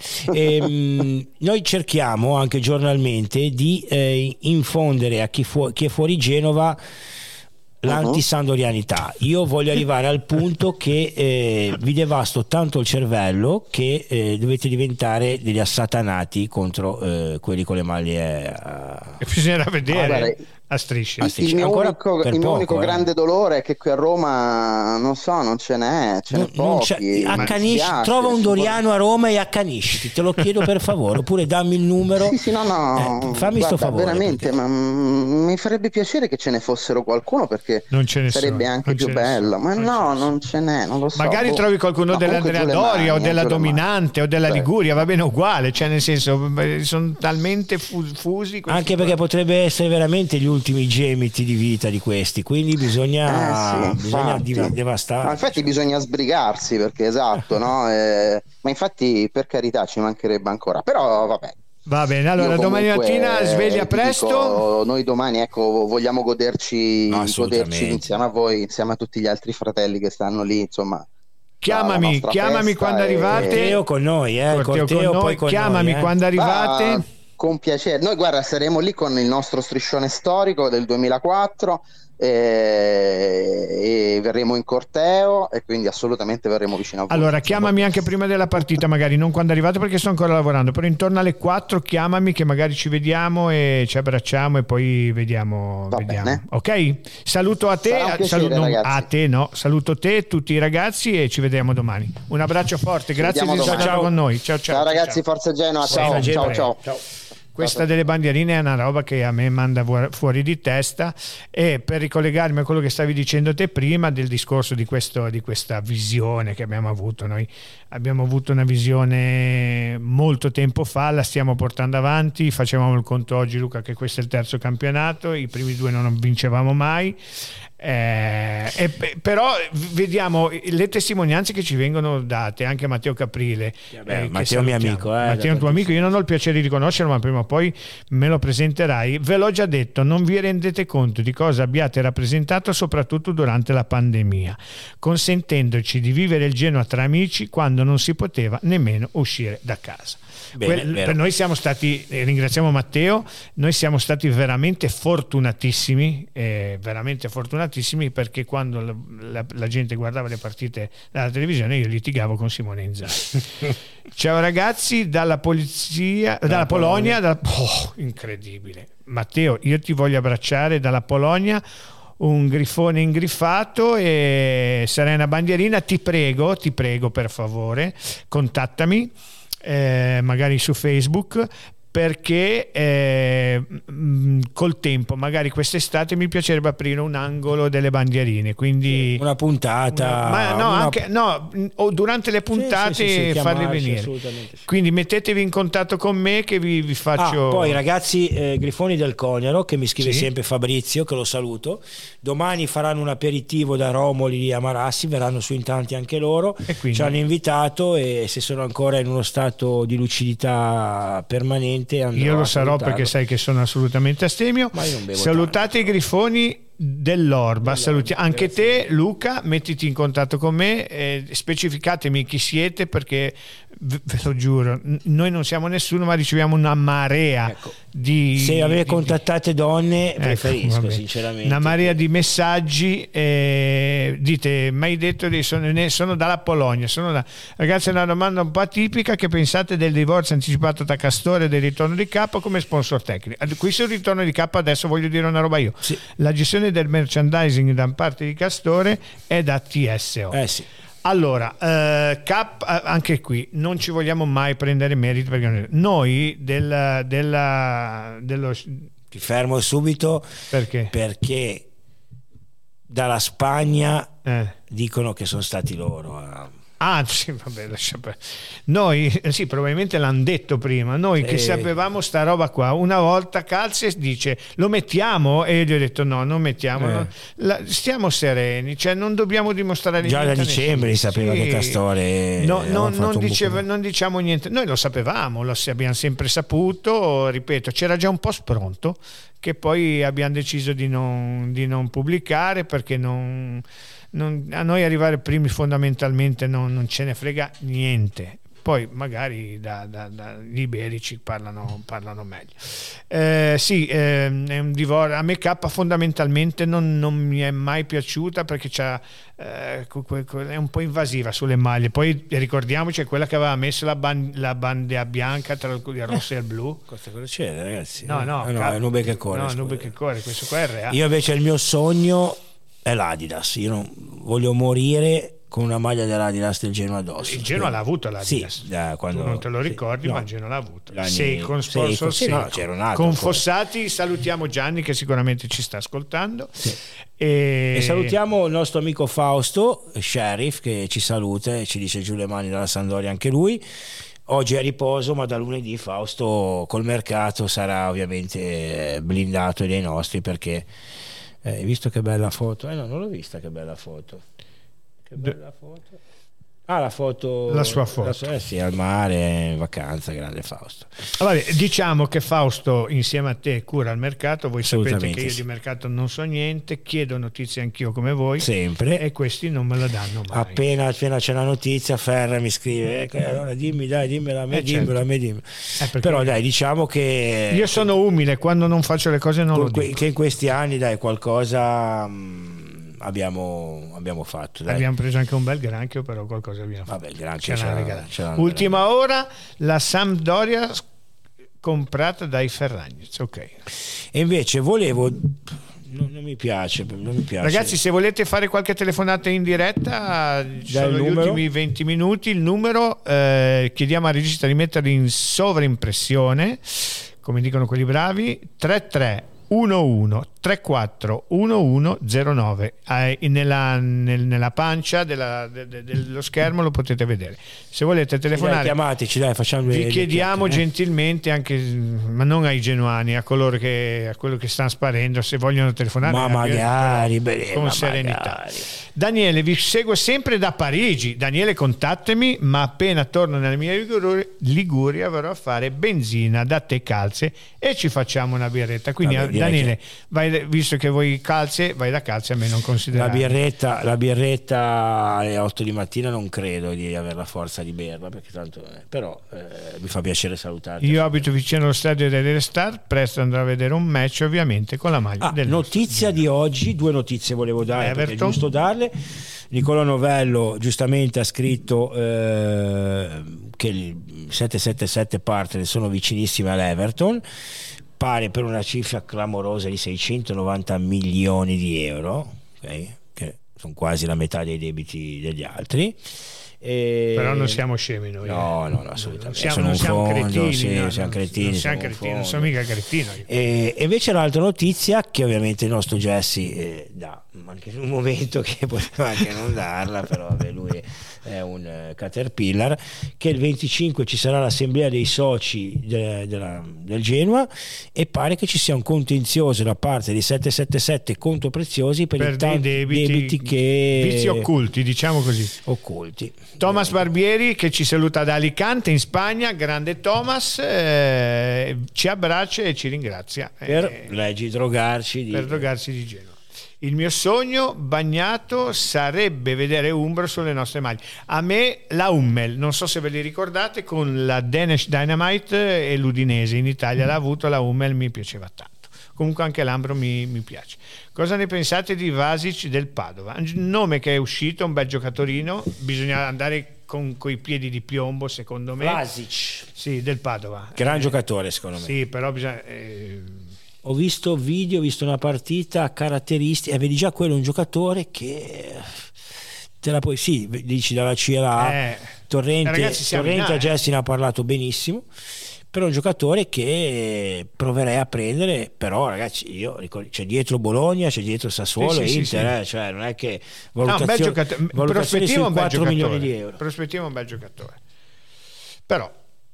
B: ehm, noi cerchiamo anche giornalmente di eh, infondere a chi, fu- chi è fuori Genova l'antisandorianità. Io voglio arrivare al punto che eh, vi devasto tanto il cervello che eh, dovete diventare degli assatanati contro eh, quelli con le maglie a-
A: E bisognerà vedere
D: Ah, guarda,
A: a strisce.
B: Ah, sì.
D: il mio
B: Ancora
D: unico,
B: per
D: il mio
B: poco,
D: unico
B: eh.
D: grande dolore è che qui a Roma, non so, non ce n'è, ce n'è
B: Non- non c'è-
D: pochi. mi
B: accanisci-
D: dispiace,
B: trova un
D: ci
B: Doriano a Roma e accanisciti, te lo chiedo per favore, oppure dammi il numero.
D: Sì, sì, no, no,
B: Eh, fammi sto
D: guarda,
B: favore,
D: veramente,
B: perché-
D: ma mm, mi farebbe piacere che ce ne fossero qualcuno perché
A: Non ce ne
D: sarebbe
A: sono,
D: anche
A: non
D: più
A: ce ne
D: bello,
A: sono,
D: ma
A: non ce
D: no,
A: ne
D: non ce n'è, non lo so.
A: Magari
D: boh.
A: trovi qualcuno
D: No, comunque
A: dell'Andrea
D: giù le
A: Doria o
D: mani,
A: della
D: giù le mani.
A: Dominante o della
D: Sì.
A: Liguria, va bene uguale, cioè nel senso eh, sono talmente fu- fusi questi
B: Anche
A: qua.
B: perché potrebbe essere veramente gli ultimi gemiti di vita di questi, quindi bisogna,
D: Eh, sì,
B: bisogna
D: infatti.
B: div- devastare.
D: Ma infatti bisogna sbrigarsi perché esatto, no? Eh, ma infatti per carità ci mancherebbe ancora, però vabbè.
A: Va bene, allora
D: Io
A: domani
D: comunque,
A: mattina sveglia
D: ti
A: presto.
D: dico, noi domani ecco vogliamo goderci,
B: No, assolutamente.
D: goderci insieme a voi, insieme a tutti gli altri fratelli che stanno lì, insomma. la- la
A: Chiamami,
D: nostra
A: chiamami
D: festa
A: quando
D: e-
A: arrivate.
B: Corteo con noi, eh,
A: Corteo
B: corteo,
A: con
B: poi
A: noi,
B: con
A: chiamami
B: noi, eh.
A: quando arrivate.
D: Va, con piacere. Noi guarda, saremo lì con il nostro striscione storico del duemilaquattro e, e verremo in corteo e quindi assolutamente verremo vicino a voi.
A: Allora chiamami anche prima della partita, magari non quando arrivate perché sto ancora lavorando, però intorno alle quattro chiamami che magari ci vediamo e ci abbracciamo e poi vediamo,
D: Va
A: vediamo.
D: bene.
A: Ok? Saluto a te,
D: Sarà un piacere,
A: saluto, non,
D: ragazzi.
A: a te no, saluto te e tutti i ragazzi e ci vediamo domani. Un abbraccio forte, grazie di
D: vediamo
A: essere
D: domani.
A: stato con noi. Ciao ciao.
D: Ciao ragazzi,
A: ciao.
D: Forza Genoa,
A: Forza
D: ciao,
A: Genoa.
D: ciao, ciao.
B: Ciao.
A: questa delle bandierine è una roba che a me manda fuori di testa. E per ricollegarmi a quello che stavi dicendo te prima del discorso di, questo, di questa visione che abbiamo avuto, noi abbiamo avuto una visione molto tempo fa, la stiamo portando avanti, facevamo il conto oggi, Luca, che questo è il terzo campionato, i primi due non vincevamo mai. Eh, e, però vediamo le testimonianze che ci vengono date, anche Matteo Caprile,
B: Vabbè,
A: eh,
B: Matteo è mio amico, eh,
A: Matteo è un tuo amico, io non ho il piacere di conoscerlo, ma prima o poi me lo presenterai. Ve l'ho già detto, non vi rendete conto di cosa abbiate rappresentato soprattutto durante la pandemia, consentendoci di vivere il Genoa tra amici quando non si poteva nemmeno uscire da casa.
B: Bene,
A: que- per noi siamo stati, eh, ringraziamo Matteo, noi siamo stati veramente fortunatissimi, eh, veramente fortunatissimi, perché quando la, la, la gente guardava le partite dalla televisione io litigavo con Simone Inzaghi. Ciao ragazzi, dalla polizia, dalla, dalla Polonia, Polonia. Dalla, oh, incredibile. Matteo, io ti voglio abbracciare dalla Polonia, un grifone ingriffato, e sarai una bandierina, ti prego, ti prego per favore, contattami. Eh, magari su Facebook, perché eh, col tempo, magari quest'estate, mi piacerebbe aprire un angolo delle bandierine, quindi
B: una puntata,
A: una, ma no,
B: una...
A: anche no, o durante le puntate sì, sì, sì, farle venire,
B: sì.
A: Quindi mettetevi in contatto con me che vi, vi faccio.
B: Ah, poi ragazzi, eh, Grifoni del Cognaro, che mi scrive
A: sì.
B: sempre Fabrizio, che lo saluto, domani faranno un aperitivo da Romoli a Marassi, verranno su in tanti anche loro,
A: quindi...
B: ci hanno invitato, e se sono ancora in uno stato di lucidità permanente
A: io lo sarò, perché sai che sono assolutamente astemio. Salutate tanto i Grifoni dell'Orba, saluti anche grazie. Te Luca, mettiti in contatto con me, eh, specificatemi chi siete, perché ve, ve lo giuro, noi non siamo nessuno, ma riceviamo una marea, ecco. di
B: se avete
A: di,
B: contattate donne, ecco, preferisco vabbè. sinceramente
A: una marea di messaggi, eh, dite mai detto di sono, ne, sono dalla Polonia, sono da... ragazzi, è una domanda un po' atipica: che pensate del divorzio anticipato da Castore e del ritorno di K come sponsor tecnico? Qui sul ritorno di K adesso voglio dire una roba io, sì. La gestione del merchandising da parte di Castore è da T S O.
B: Eh sì.
A: Allora, eh, Cap, anche qui non ci vogliamo mai prendere meriti, perché noi della, della, dello...
B: Ti fermo subito.
A: Perché?
B: Perché dalla Spagna
A: eh.
B: dicono che sono stati loro a...
A: Ah sì, vabbè, lascia per... Noi sì, probabilmente l'hanno detto prima, noi che eh. sapevamo sta roba qua. Una volta Calze dice lo mettiamo, e io gli ho detto no, non mettiamo, eh. no. La, stiamo sereni, cioè non dobbiamo dimostrare
B: già
A: niente.
B: Già da dicembre si sapeva sì. che Castore
A: no, no, non, diceva, non diciamo niente, noi lo sapevamo, lo abbiamo sempre saputo, ripeto, c'era già un post pronto che poi abbiamo deciso di non, di non pubblicare, perché non... Non, a noi arrivare primi fondamentalmente non, non ce ne frega niente, poi magari da, da, da gli iberici parlano, parlano meglio. Eh, sì, eh, è un divor- a me K fondamentalmente non, non mi è mai piaciuta, perché c'ha, eh, è un po' invasiva sulle maglie. Poi ricordiamoci, è quella che aveva messo la, ban- la bandiera bianca tra il rosso e il blu.
B: Cosa c'è, ragazzi?
A: No, no,
B: ah, no
A: K-
B: è Nube che corre.
A: No, Nube che corre, questo qua è reale.
B: Io invece il mio sogno è l'Adidas, io non voglio morire con una maglia dell'Adidas del Genoa addosso.
A: Il Genoa l'ha avuto l'Adidas,
B: sì, da quando,
A: tu non te lo ricordi, sì, ma
B: no.
A: il Genoa l'ha avuto.
B: L'anni,
A: sei con sponsor
B: sì, no, c'era un altro
A: con
B: ancora.
A: Fossati. Salutiamo Gianni che sicuramente ci sta ascoltando,
B: sì.
A: e...
B: e salutiamo il nostro amico Fausto Sheriff, che ci saluta e ci dice giù le mani dalla Sampdoria anche lui. Oggi è a riposo, ma da lunedì Fausto col mercato sarà ovviamente blindato dei nostri, perché Eh, hai visto che bella foto? Eh no, non l'ho vista, che bella foto. Che bella foto. Ah, la foto.
A: La sua foto.
B: La sua, eh sì, al mare, in vacanza, grande Fausto.
A: Allora, diciamo che Fausto insieme a te cura il mercato, voi sapete che io
B: sì.
A: di mercato non so niente, chiedo notizie anch'io come voi.
B: Sempre.
A: E questi non me la danno mai.
B: Appena, appena c'è la notizia, Ferra mi scrive, eh, allora dimmi, dai, dimmela a me,
A: eh,
B: dimmela
A: certo.
B: a me, dimmela.
A: Eh,
B: Però dai, diciamo che...
A: Io sono umile, quando non faccio le cose non lo dico.
B: Che in questi anni, dai, qualcosa... Mh, Abbiamo, abbiamo fatto dai.
A: Abbiamo preso anche un bel granchio, però qualcosa abbiamo fatto.
B: Vabbè, il granchio
A: ce
B: c'era,
A: c'era
B: c'era
A: ultima ora la Sampdoria comprata dai Ferragnez, ok.
B: E invece volevo non, non mi piace, non mi piace.
A: Ragazzi, se volete fare qualche telefonata in diretta, ci
B: Dai,
A: sono gli
B: numero.
A: ultimi venti minuti. Il numero, eh, chiediamo al regista di metterlo in sovraimpressione come dicono quelli bravi, tre tre uno uno tre quattro uno uno zero nove, eh, nella, nel, nella pancia della, de, de, dello schermo lo potete vedere. Se volete telefonare,
B: dai, chiamateci, dai, facciamo
A: vi
B: le,
A: chiediamo
B: le
A: gentilmente, anche, ma non ai genuani, a coloro che a quello che stanno sparendo, se vogliono telefonare,
B: ma magari, beh,
A: con
B: ma
A: serenità.
B: Magari.
A: Daniele, vi seguo sempre da Parigi. Daniele, contattami, ma appena torno nella mia Liguria, Liguria verrò a fare benzina da te Calze e ci facciamo una birretta. Quindi
B: Vabbè,
A: Daniele,
B: che...
A: vai, visto che voi Calze, vai da Calze, a me non considerare.
B: La birretta, la birretta alle otto di mattina non credo di avere la forza di berla, perché tanto, eh, però eh, mi fa piacere salutarti.
A: Io abito vicino allo stadio delle Star, presto andrò a vedere un match ovviamente con la maglia
B: ah,
A: del
B: notizia di oggi, due notizie volevo dare, perché è giusto darle. Nicola Novello giustamente ha scritto eh, che il sette sette sette partner sono vicinissime all'Everton, pare per una cifra clamorosa di seicentonovanta milioni di euro, okay? Che sono quasi la metà dei debiti degli altri. E...
A: però non siamo scemi noi,
B: no,
A: eh.
B: no, no, assolutamente.
A: Siamo,
B: sono
A: non
B: un
A: siamo
B: fondo,
A: cretini,
B: sì,
A: no,
B: siamo
A: no,
B: cretini,
A: non siamo,
B: siamo,
A: cretini, non sono mica cretino.
B: E invece l'altra notizia, che ovviamente il nostro Jesse eh, dà anche in un momento che poteva anche non darla, però vabbè, lui è un uh, Caterpillar, che il venticinque ci sarà l'assemblea dei soci de, de la, del Genoa, e pare che ci sia un contenzioso da parte di sette sette sette Conto Preziosi per,
A: per
B: i
A: dei
B: tanti
A: debiti,
B: debiti che
A: vizi occulti, diciamo così,
B: occulti.
A: Thomas Barbieri, che ci saluta da Alicante in Spagna, grande Thomas, eh, ci abbraccia e ci ringrazia
B: per
A: eh,
B: leggi drogarci di...
A: per drogarci di Genova. Il mio sogno bagnato sarebbe vedere Umbro sulle nostre maglie. A me la Hummel, non so se ve li ricordate, con la Danish Dynamite e l'Udinese in Italia l'ha avuto, la Hummel mi piaceva tanto. Comunque anche l'Ambro mi, mi piace. Cosa ne pensate di Vasic del Padova? Un nome che è uscito, un bel giocatorino, bisogna andare con coi piedi di piombo, secondo me.
B: Vasic,
A: sì, del Padova.
B: Gran
A: eh,
B: giocatore, secondo me.
A: Sì, però bisogna... Eh,
B: ho visto video, ho visto una partita, caratteristiche, e vedi già quello è un giocatore che te la puoi, sì, dici dalla C L A,
A: eh,
B: Torrente,
A: ragazzi,
B: Torrente a
A: eh.
B: Jesse ne ha parlato benissimo, però è un giocatore che proverei a prendere, però ragazzi, io ricordo, c'è dietro Bologna, c'è dietro Sassuolo
A: sì,
B: e
A: sì,
B: Inter,
A: sì,
B: eh, cioè non è che
A: valutazione, no, un bel giocatore, prospettiva un bel
B: quattro
A: giocatore,
B: milioni di euro.
A: Prospettiva un bel giocatore. Però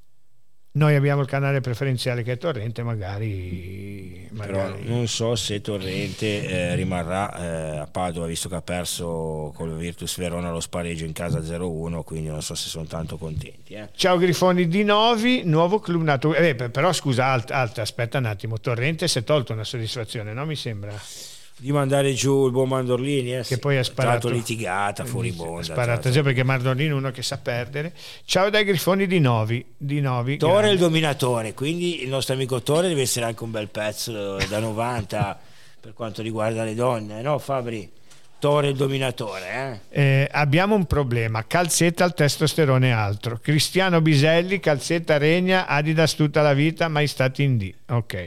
A: noi abbiamo il canale preferenziale che è Torrente, magari, magari...
B: Però non so se Torrente eh, rimarrà eh, a Padova, visto che ha perso con il Virtus Verona lo spareggio in casa zero uno, quindi non so se sono tanto contenti. Eh.
A: Ciao Grifoni di Novi, nuovo club nato. Eh, però scusa, alt, alt, aspetta un attimo, Torrente si è tolto una soddisfazione, no? Mi sembra
B: di mandare giù il buon Mandorlini, eh,
A: che
B: sì.
A: poi ha sparato,
B: litigata fuori bonda,
A: sparato già, perché Mandorlini è uno che sa perdere. Ciao dai Grifoni di Novi, di Novi
B: Tore
A: grande.
B: è il dominatore, quindi il nostro amico Tore deve essere anche un bel pezzo da novanta per quanto riguarda le donne, no Fabri? Tore il dominatore, eh?
A: Eh, abbiamo un problema, Calzetta al testosterone altro, Cristiano Biselli, Calzetta regna, Adidas tutta la vita, mai stati in D. Ok,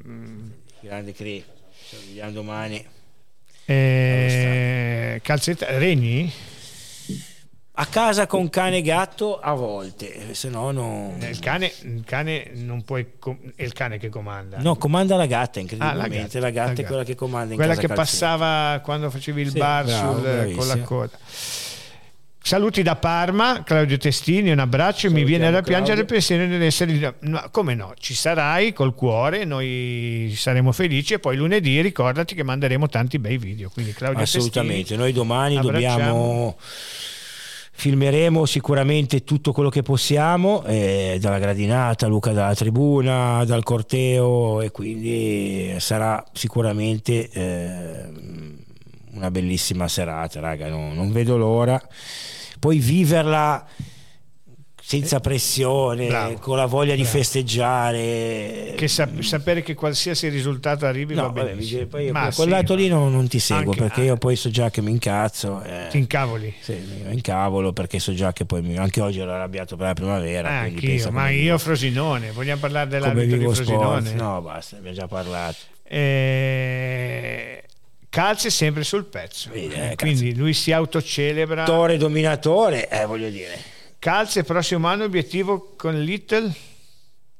B: grande Cri, ci vediamo domani.
A: eh, Calzetta regni?
B: A casa con cane e gatto a volte, se no non...
A: Il cane, il cane non puoi, è il cane che comanda.
B: No, comanda la gatta, incredibilmente.
A: Ah, la gatta,
B: la, gatta
A: la
B: è
A: gatta.
B: quella che comanda in
A: quella
B: casa
A: che
B: Calzetta.
A: Passava quando facevi il
B: sì,
A: bar
B: bravo,
A: sul, con la coda. Saluti da Parma, Claudio Testini, un abbraccio. Mi viene da piangere il pensiero di essere... No, come no, ci sarai col cuore, noi saremo felici, e poi lunedì ricordati che manderemo tanti bei video. Quindi Claudio
B: assolutamente,
A: Testini,
B: noi domani
A: abbracciamo.
B: dobbiamo... filmeremo sicuramente tutto quello che possiamo, eh, dalla gradinata, Luca dalla tribuna, dal corteo, e quindi sarà sicuramente eh, una bellissima serata, raga, no, non vedo l'ora. Poi viverla senza pressione,
A: bravo,
B: con la voglia
A: bravo.
B: di festeggiare,
A: che sap- sapere che qualsiasi risultato arrivi
B: no,
A: va benissimo.
B: vabbè, poi
A: Ma
B: quel
A: sì,
B: lato
A: ma
B: lì non, non ti seguo,
A: anche,
B: perché io poi so già che mi incazzo, eh.
A: ti incavoli.
B: Sì, mi incavolo, perché so già che poi mi, anche oggi ero arrabbiato per la primavera.
A: Ah,
B: quindi
A: anch'io, ma io
B: vivo,
A: Frosinone, vogliamo parlare
B: come
A: dell'arbitro
B: vivo
A: di Frosinone?
B: sport. No, basta, abbiamo già parlato.
A: Eh, Calze sempre sul pezzo,
B: Vedi, eh,
A: quindi lui si autocelebra.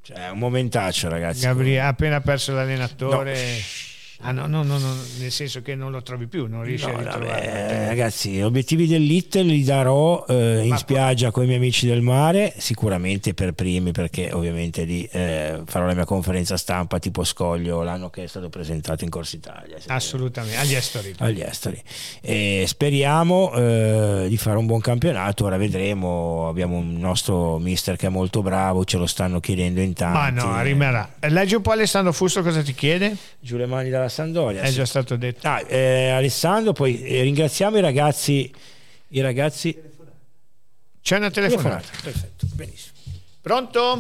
B: Cioè, è un momentaccio, ragazzi.
A: Gabriele ha appena perso l'allenatore. No. Ah no, no, no, no, nel senso che non lo trovi più, non riesci
B: no,
A: a ritrovare.
B: Eh, ragazzi, gli obiettivi del Little li darò eh, in Ma spiaggia con i miei amici del mare, sicuramente per primi, perché ovviamente lì eh, farò la mia conferenza stampa tipo Scoglio l'anno che è stato presentato in Corsa Italia.
A: Assolutamente, agli esteri.
B: Agli esteri. E speriamo eh, di fare un buon campionato, ora vedremo, abbiamo un nostro mister che è molto bravo, ce lo stanno chiedendo in tanti.
A: Ma no, arriverà. Leggi un po' Alessandro Fusto cosa ti chiede?
B: Giù le mani dalla Sampdoria.
A: È
B: sì.
A: già stato detto.
B: Ah, eh, Alessandro, poi eh, ringraziamo i ragazzi. I ragazzi.
A: C'è una telefonata.
B: telefonata. Perfetto, benissimo.
A: Pronto?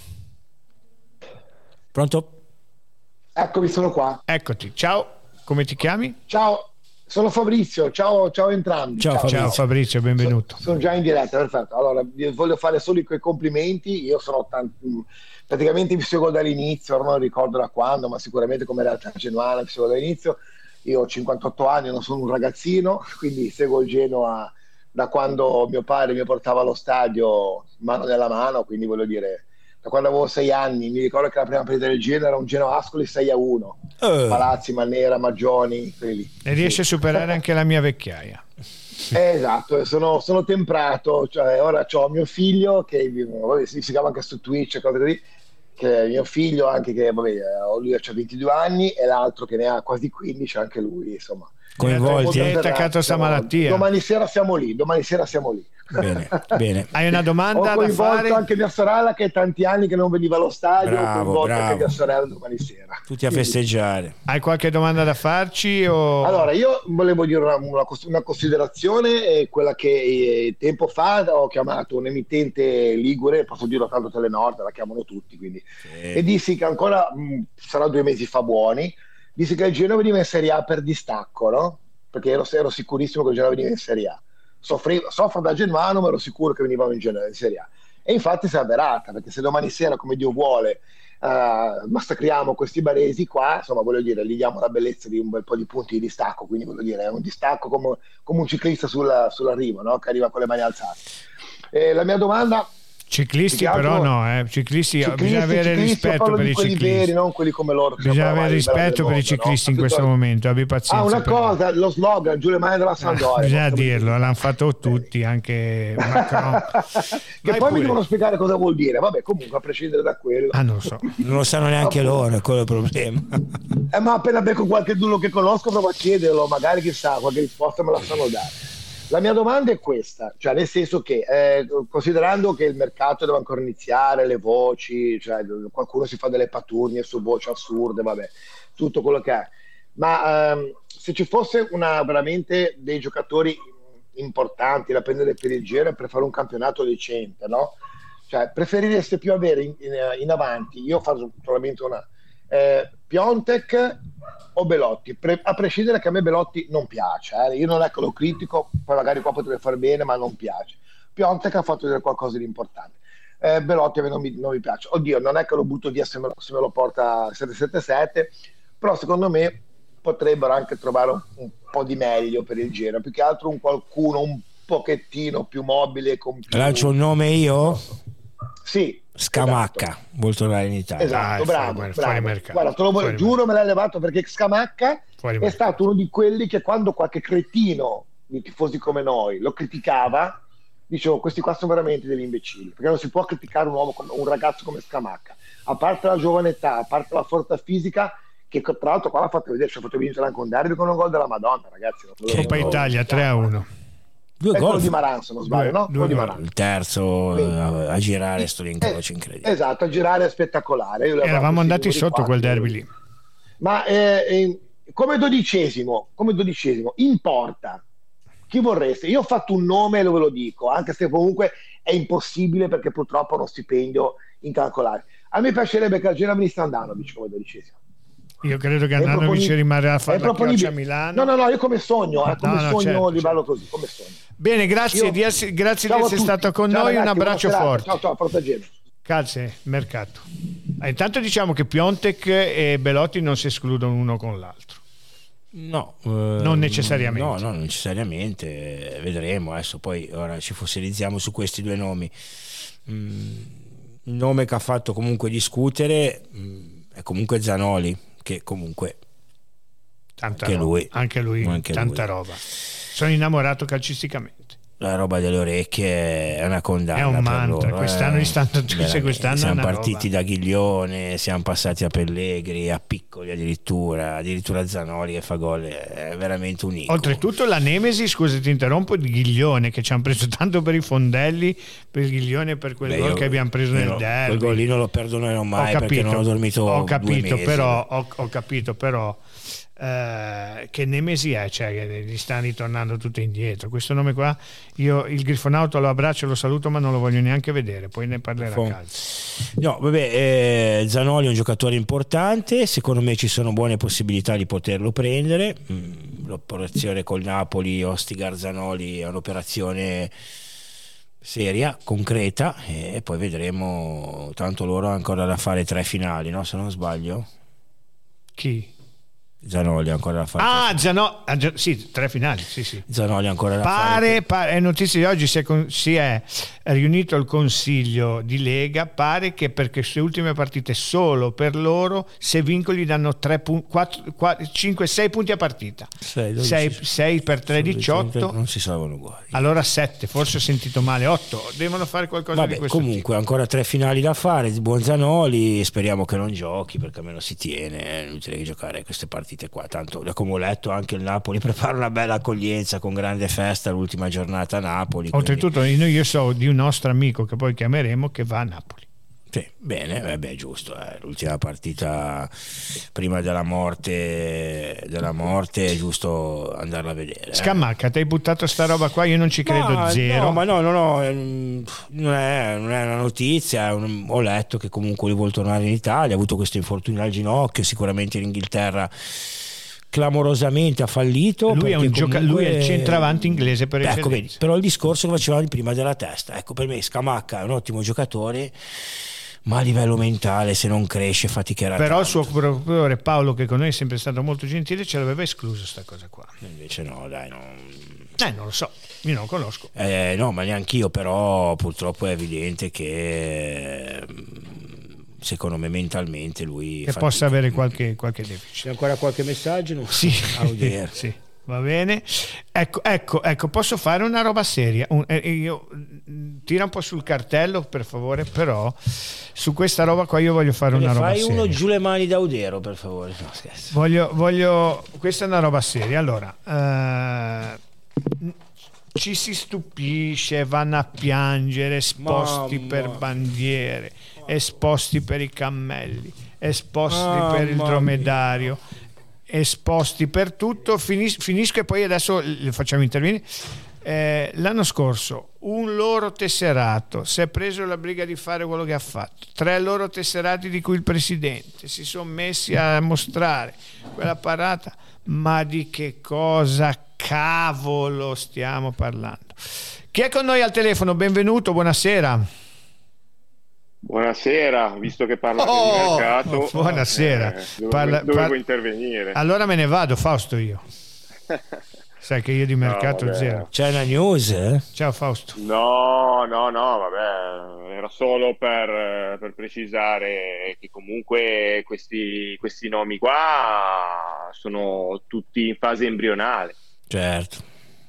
B: Pronto?
E: Eccomi, sono qua.
A: Eccoti. Ciao, come ti chiami?
E: Ciao, sono Fabrizio. Ciao, ciao entrambi.
B: Ciao,
E: ciao
B: Fabrizio.
A: Ciao Fabrizio, benvenuto.
E: Sono, sono già in diretta, perfetto. Allora, voglio fare solo i complimenti. Io sono tanti, praticamente vi seguo dall'inizio, ora non ricordo da quando, ma sicuramente come realtà genuana vi seguo dall'inizio. Io ho cinquantotto anni, non sono un ragazzino, quindi seguo il Genoa da quando mio padre mi portava allo stadio mano nella mano, quindi voglio dire, da quando avevo sei anni, mi ricordo che la prima partita del Genoa era un Genoa Ascoli sei a uno, uh. Palazzi, Mannera, Maggioni, quelli lì.
A: E riesce sì. a superare anche la mia vecchiaia.
E: Eh, esatto, sono, sono temprato, cioè, ora ho mio figlio che vabbè, si, si chiama anche su Twitch, cose così, che è mio figlio anche che vabbè, lui ha ventidue anni e l'altro che ne ha quasi quindici, anche lui insomma
A: coinvolti, hai attaccato a sta malattia.
E: Domani sera siamo lì, domani sera siamo lì.
B: Bene, bene.
A: Hai una domanda
E: ho coinvolto
A: da fare?
E: Anche mia sorella che è tanti anni che non veniva allo stadio,
B: bravo,
E: ho coinvolto
B: bravo.
E: anche mia sorella domani sera.
B: Tutti a festeggiare.
A: Hai qualche domanda da farci? O...
E: Allora, io volevo dire una, una, una considerazione, eh, quella che eh, tempo fa ho chiamato un emittente ligure, posso dirlo tanto Telenord, la chiamano tutti, quindi, sì. E dissi che ancora mh, sarà due mesi fa buoni, dissi che il Genoa veniva in Serie A per distacco, no? Perché ero, ero sicurissimo che il Genoa veniva in Serie A. Soffrivo, soffro da genuano, ma ero sicuro che venivamo in, in Serie A. E infatti si è avverata, perché se domani sera, come Dio vuole, uh, massacriamo questi baresi qua, insomma, voglio dire, gli diamo la bellezza di un bel po' di punti di distacco, quindi voglio dire, è un distacco come, come un ciclista sulla, sull'arrivo, no? Che arriva con le mani alzate. E la mia domanda...
A: Ciclisti però no, eh. ciclisti, ciclisti bisogna avere rispetto per i ciclisti
E: veri, non quelli come loro,
A: bisogna avere rispetto per i ciclisti, no? In questo momento abbi pazienza.
E: Ah, una cosa, lo slogan giù le mani della Sampdoria,
A: eh, bisogna dirlo, l'hanno fatto tutti, anche Macron.
E: Che poi pure. Mi devono spiegare cosa vuol dire, vabbè, comunque a prescindere da quello
A: ah non lo so,
B: non lo sanno neanche loro, è quello il problema.
E: Eh, ma appena becco qualche duno che conosco provo a chiederlo, magari chissà qualche risposta me la sanno dare. La mia domanda è questa, cioè nel senso che eh, considerando che il mercato deve ancora iniziare, le voci, cioè qualcuno si fa delle paturnie su voci assurde, vabbè, tutto quello che è, ma ehm, se ci fosse una, veramente dei giocatori importanti da prendere per il Genoa per fare un campionato decente, no? Cioè preferireste più avere in, in, in avanti, io faccio solamente una, eh, Piontek o Belotti, Pre- a prescindere che a me Belotti non piace, eh. Io non è che lo critico, poi magari qua potrebbe fare bene, ma non piace. Piontek ha fatto vedere qualcosa di importante, eh, Belotti a me non mi, non mi piace, oddio non è che lo butto via se me lo, se me lo porta sette sette sette, però secondo me potrebbero anche trovare un, un po' di meglio per il Genoa, più che altro un qualcuno un pochettino più mobile con più...
B: Lancio un nome io?
E: Sì,
B: Scamacca,
E: esatto.
B: vuol tornare in Italia.
E: Esatto,
A: ah,
E: bravo,
A: fuori,
E: bravo.
A: Fuori mercato.
E: Guarda, te lo voglio, giuro me l'hai levato perché Scamacca fuori è mercato. Stato uno di quelli che quando qualche cretino di tifosi come noi lo criticava, dicevo questi qua sono veramente degli imbecilli, perché non si può criticare un uomo, come, un ragazzo come Scamacca, a parte la giovane età, a parte la forza fisica, che tra l'altro qua l'ha fatto vedere, ci ha fatto vincere anche un derby con un gol della Madonna, ragazzi.
A: Coppa Italia tre a uno.
B: Due
E: è
B: gol
E: quello di Maran, se non sbaglio,
A: due,
E: no?
A: Due
E: di
A: Maran.
B: Il terzo a, a girare sto l'incrocio incredibile.
E: Esatto, a girare è spettacolare. Io
A: eravamo andati sotto quel derby lì.
E: Ma eh, eh, come dodicesimo, come dodicesimo, in porta, chi vorreste? Io ho fatto un nome e lo ve lo dico, anche se comunque è impossibile perché purtroppo ho uno stipendio incalcolabile. A me piacerebbe che al Genoa venisse Andanovic come dodicesimo.
A: Io credo che Andanovic rimarrà a fare la chioccia a Milano.
E: No, no, no, io come sogno, eh, come no, no, sogno
A: certo,
E: livello
A: certo.
E: così, come sogno.
A: Bene, grazie
E: io...
A: di essere, grazie
E: ciao
A: di essere stato con
E: ciao,
A: noi,
E: ragazzi,
A: un abbraccio forte.
E: Ciao, ciao, forza Genoa.
A: Calze, mercato. Ah, intanto diciamo che Piontek e Belotti non si escludono uno con l'altro.
B: No, eh,
A: non necessariamente.
B: No, no, non necessariamente, vedremo adesso, poi ora ci fossilizziamo su questi due nomi. Mm. il nome che ha fatto comunque discutere mh, è comunque Zanoli, che comunque
A: tanta
B: anche
A: roba,
B: lui,
A: anche lui
B: anche
A: tanta
B: lui.
A: roba. Sono innamorato calcisticamente.
B: La roba delle orecchie è una condanna,
A: è un mantra,
B: per loro,
A: quest'anno
B: eh.
A: gli stanno se quest'anno
B: siamo
A: è una
B: partiti
A: roba.
B: da Ghiglione, siamo passati a Pellegri, a Piccoli addirittura, addirittura Zanoli che fa gol, è veramente un incubo.
A: Oltretutto la nemesi, scusa ti interrompo, di Ghiglione, che ci hanno preso tanto per i fondelli, per il Ghiglione, per quel
B: Beh,
A: gol
B: io-
A: che abbiamo preso
B: io
A: nel
B: no,
A: derby.
B: quel gol lì non lo perdonerò mai,
A: Ho
B: perché
A: capito,
B: non ho dormito
A: ho
B: due
A: capito
B: mesi.
A: però ho, ho capito però eh, che nemesi è, cioè che gli stanno ritornando tutto indietro. Questo nome qua, io il Grifonauto lo abbraccio, lo saluto, ma non lo voglio neanche vedere, poi ne parlerà
B: Fo-
A: calcio.
B: No, vabbè, eh, Zanoli è un giocatore importante, secondo me ci sono buone possibilità di poterlo prendere. Mm, l'operazione col Napoli, Ostigar Zanoli, è un'operazione seria, concreta, e poi vedremo, tanto loro hanno ancora da fare tre finali, no? Se non sbaglio,
A: Chi?
B: Zanoli ha ancora da fare
A: Ah,
B: tre,
A: già no, ah, già- sì, tre finali, sì sì.
B: Zanoli ha ancora da
A: Pare,
B: fare.
A: pare, è notizia di oggi, si è, con- si è riunito il consiglio di Lega, pare che per queste ultime partite solo per loro, se vincono gli danno cinque sei punti a partita,
B: sei, dodici,
A: sei per tre diciotto,
B: non si salvano uguali.
A: allora sette, forse ho sentito male, otto, devono fare qualcosa
B: Vabbè,
A: di questo
B: comunque ancora tre finali da fare, buon Zanoli, speriamo che non giochi perché almeno si tiene, è inutile giocare queste partite qua, tanto da come ho letto anche il Napoli prepara una bella accoglienza con grande festa l'ultima giornata a Napoli.
A: tipo. Oltretutto io, io so di un nostro amico che poi chiameremo che va a Napoli.
B: Sì, bene, vabbè, giusto, eh. L'ultima partita prima della morte della morte è giusto andarla a vedere. eh.
A: Scamacca, ti hai buttato sta roba qua, io non ci credo
B: No,
A: zero.
B: no, ma no, no, no, ehm, non è, non è una notizia, è un- ho letto che comunque lui vuole tornare in Italia, ha avuto questo infortunio al ginocchio, sicuramente in Inghilterra clamorosamente ha fallito.
A: Lui è, un
B: perché
A: gioca-
B: comunque-
A: lui è il centravanti inglese per
B: Ecco,
A: eccellenza.
B: vedi, però il discorso che facevamo di prima della testa, ecco, per me Scamacca è un ottimo giocatore, ma a livello mentale se non cresce faticherà
A: Però il
B: tanto.
A: suo procuratore Paolo, che con noi è sempre stato molto gentile, ce l'aveva escluso sta cosa qua.
B: Invece no, dai, no.
A: Eh, non lo so, io non lo conosco.
B: Eh, no, ma neanch'io, però purtroppo è evidente che secondo me mentalmente lui
A: Che
B: fatica.
A: possa avere qualche, qualche deficit.
B: C'è ancora qualche messaggio? Non
A: Sì,
B: Audier.
A: sì, va bene. Ecco, ecco, ecco, posso fare una roba seria. Un- eh, io, mm, tira un po' sul cartello, per favore, però su questa roba qua io voglio fare
B: Me ne
A: una roba
B: fai
A: seria.
B: uno giù le mani d'Audero, per favore. No, scherzo.
A: Voglio, voglio, questa è una roba seria. Allora, eh, ci si stupisce, vanno a piangere, esposti
B: Mamma.
A: per bandiere, esposti per i cammelli, esposti
B: Mamma
A: per il
B: mia.
A: dromedario, esposti per tutto. Finis- finisco e poi adesso li facciamo intervenire. Eh, l'anno scorso un loro tesserato si è preso la briga di fare quello che ha fatto, tre loro tesserati di cui il presidente si sono messi a mostrare quella parata, ma di che cosa cavolo stiamo parlando? Chi è con noi al telefono? Benvenuto, buonasera.
F: Buonasera, visto che parlate
A: Oh,
F: di mercato,
A: buonasera.
F: eh, dovevo,
A: Parla-
F: dovevo
A: par-
F: intervenire.
A: Allora me ne vado, Fausto, io. Sai che io di mercato
F: vabbè.
A: zero.
B: C'è una news, eh?
A: Ciao Fausto.
F: No, no, no, vabbè, era solo per, eh, per precisare che comunque questi, questi nomi qua sono tutti in fase embrionale.
B: Certo.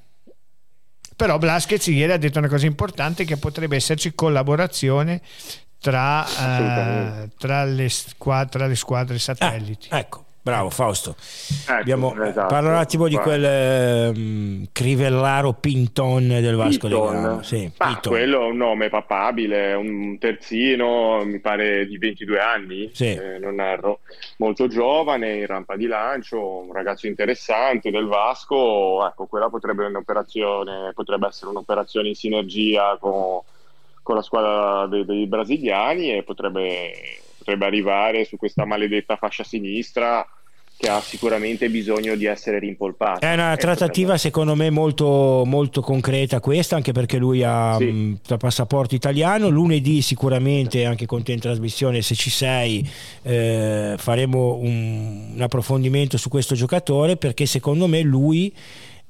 A: Però Blasquez ieri ha detto una cosa importante, che potrebbe esserci collaborazione tra, eh,
F: Assolutamente.
A: tra, le, squadre, tra le squadre satelliti.
B: Ah, ecco, bravo Fausto.
F: Ecco,
B: Abbiamo,
F: esatto.
B: parla un attimo di
F: Guarda.
B: quel ehm, Crivellaro Pinton del Vasco da
F: Piton.
B: Gama. Sì,
F: Ma
B: Piton.
F: quello è un nome papabile, un terzino, mi pare di ventidue anni,
B: Sì.
F: eh, non erro, molto giovane, in rampa di lancio, un ragazzo interessante del Vasco. Ecco, quella potrebbe, un'operazione, potrebbe essere un'operazione in sinergia con, con la squadra dei, dei brasiliani, e potrebbe, potrebbe arrivare su questa maledetta fascia sinistra che ha sicuramente bisogno di essere rimpolpata.
B: È una
F: E
B: trattativa
F: potrebbe-
B: secondo me molto, molto concreta questa, anche perché lui ha
F: Sì.
B: mh, il passaporto italiano. Lunedì sicuramente, anche con te in trasmissione, se ci sei, eh, faremo un, un approfondimento su questo giocatore, perché secondo me lui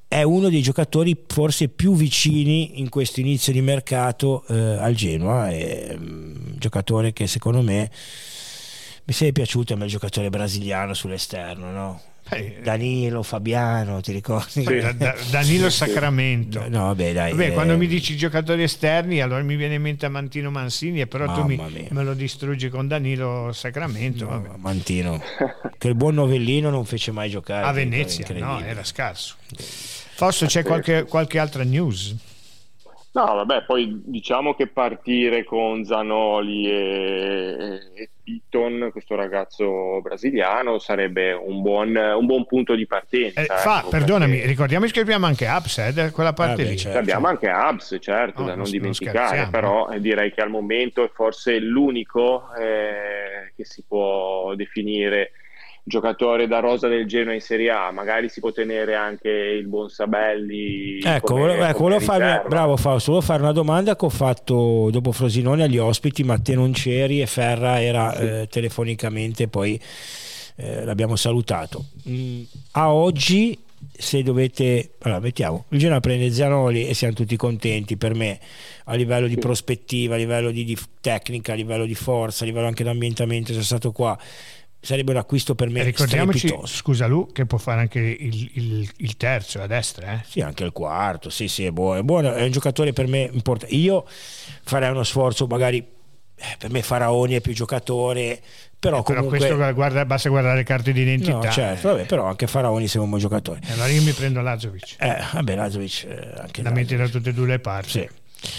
B: è uno dei giocatori forse più vicini in questo inizio di mercato eh, al Genoa, è un giocatore che secondo me mi sei piaciuto, è un giocatore brasiliano sull'esterno, no? Danilo, Fabiano, ti ricordi?
A: Sì, da, da, Danilo Sacramento.
B: No, vabbè, dai.
A: Vabbè,
B: eh,
A: quando mi dici giocatori esterni, allora mi viene in mente Mantino Mancini, però tu mi,
B: mia.
A: me lo distruggi con Danilo Sacramento.
B: No,
A: vabbè.
B: Mantino, che il buon Novellino non fece mai giocare
A: a Venezia, no, era scarso. Fausto, c'è qualche, qualche altra news?
F: No, vabbè, poi diciamo che partire con Zanoli e, e Piton, questo ragazzo brasiliano, sarebbe un buon, un buon punto di partenza.
A: Eh, fa,
F: ecco,
A: perdonami,
F: perché...
A: ricordiamoci che abbiamo anche Abs, eh, da quella parte
B: ah, beh,
A: lì.
B: certo.
F: Abbiamo anche Abs, certo,
A: no,
F: da non,
A: non
F: dimenticare,
A: non
F: però eh, direi che al momento è forse l'unico eh, che si può definire giocatore da rosa del Genoa in Serie A. Magari si può tenere anche il buon Sabelli.
B: Ecco,
F: come,
B: volevo, ecco,
F: come
B: volevo fare, bravo Fausto, volevo fare una domanda che ho fatto dopo Frosinone agli ospiti, ma te non c'eri e Ferra era sì. eh, telefonicamente, poi eh, l'abbiamo salutato. Mm, a oggi, se dovete, allora mettiamo, il Genoa prende Zanoli e siamo tutti contenti, per me a livello di sì. prospettiva, a livello di, di tecnica, a livello di forza, a livello anche di ambientamento, è stato qua, sarebbe un acquisto per me
A: ricordiamoci, scusa Lu, che può fare anche il, il, il terzo a destra, eh?
B: Sì, anche il quarto, sì sì, è buono, è buono, è un giocatore per me importante. Io farei uno sforzo, magari eh, per me Faraoni è più giocatore, però,
A: eh, però
B: comunque
A: questo guarda, basta guardare le carte di identità,
B: no, certo, vabbè, però anche Faraoni sei un buon giocatore.
A: Eh, allora io mi prendo Lazovic,
B: eh, vabbè Lazovic eh, anche
A: la metti da tutte e due le parti,
B: sì.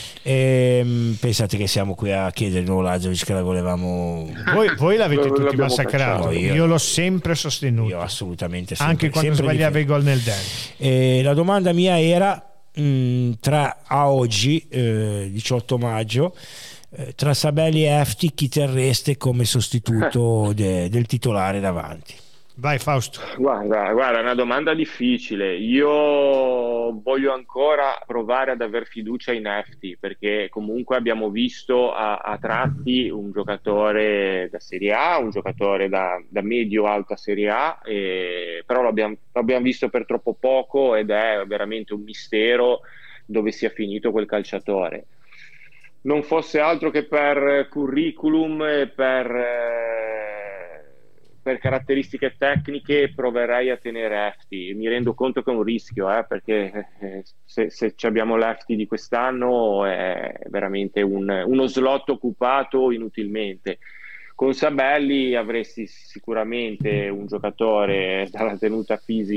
B: E, pensate che siamo qui a chiedere il nuovo Lazovic, che la volevamo,
A: voi, voi l'avete tutti massacrato,
B: no, io,
A: io l'ho sempre sostenuto,
B: io assolutamente sempre,
A: anche quando
B: sempre
A: sbagliava i gol nel derby.
B: E la domanda mia era mh, tra a oggi eh, diciotto maggio eh, tra Sabelli e Efti chi terreste come sostituto de, del titolare davanti?
A: Vai Fausto.
F: Guarda, guarda, è una domanda difficile. Io voglio ancora provare ad aver fiducia in Efti, perché comunque abbiamo visto a, a tratti un giocatore da Serie A, un giocatore da, da medio-alta Serie A, e, però l'abbiamo, l'abbiamo visto per troppo poco ed è veramente un mistero dove sia finito quel calciatore. Non fosse altro che per curriculum e per... Eh, per caratteristiche tecniche proverei a tenere Efti. Mi rendo conto che è un rischio, eh, perché eh, se, se abbiamo l'Efti di quest'anno è veramente un, uno slot occupato inutilmente. Con Sabelli avresti sicuramente un giocatore dalla tenuta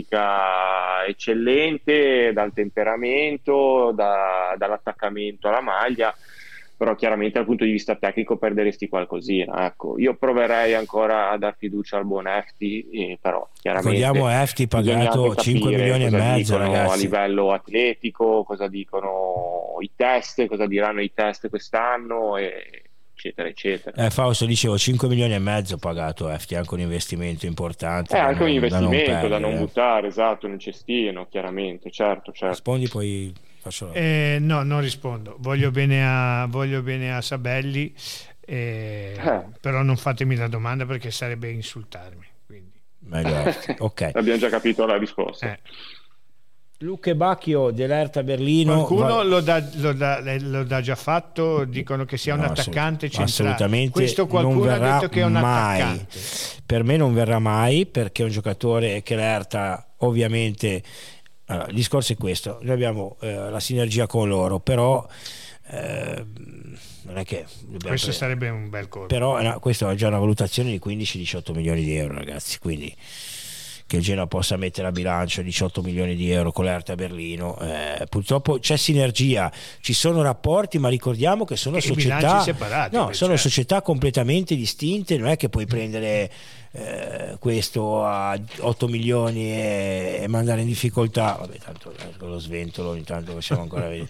F: fisica eccellente, dal temperamento, da, dall'attaccamento alla maglia, però chiaramente dal punto di vista tecnico perderesti qualcosina. Ecco, io proverei ancora a dar fiducia al buon Efti, eh, però chiaramente
B: ricordiamo Efti pagato cinque milioni e mezzo, ragazzi,
F: a livello atletico, cosa dicono i test, cosa diranno i test quest'anno, e eccetera eccetera.
B: Eh, Fausto, dicevo cinque milioni e mezzo pagato Efti, anche un investimento importante,
F: è anche
B: non,
F: un investimento
B: da non, perdere,
F: da non
B: eh.
F: buttare, esatto, nel cestino, chiaramente, certo, certo.
B: Rispondi, poi faccio...
A: eh, no, non rispondo, voglio bene a, voglio bene a Sabelli, eh, eh. però non fatemi la domanda perché sarebbe insultarmi, quindi.
B: Meglio. Ok,
F: abbiamo già capito la risposta.
A: eh.
B: Luca Bacchio dell'Hertha Berlino,
A: qualcuno
B: va...
A: lo, dà, lo, dà, lo dà già fatto, dicono che sia un
B: no,
A: attaccante
B: assolut-
A: centrale,
B: assolutamente
A: questo qualcuno
B: non
A: ha detto che è un
B: mai.
A: attaccante.
B: Per me non verrà mai, perché è un giocatore che l'Hertha ovviamente, allora, il discorso è questo, noi abbiamo eh, la sinergia con loro, però eh, non è che
A: questo
B: prendere.
A: Sarebbe un bel colpo,
B: però no, questa è già una valutazione di quindici diciotto milioni di euro, ragazzi, quindi che il Genoa possa mettere a bilancio diciotto milioni di euro con l'Hertha Berlino, eh, purtroppo c'è sinergia, ci sono rapporti, ma ricordiamo che sono
A: e
B: società
A: separati,
B: no, sono
A: certo.
B: società completamente distinte, non è che puoi prendere eh, questo a otto milioni e, e mandare in difficoltà, vabbè, tanto con lo sventolo ogni tanto possiamo ancora vedere,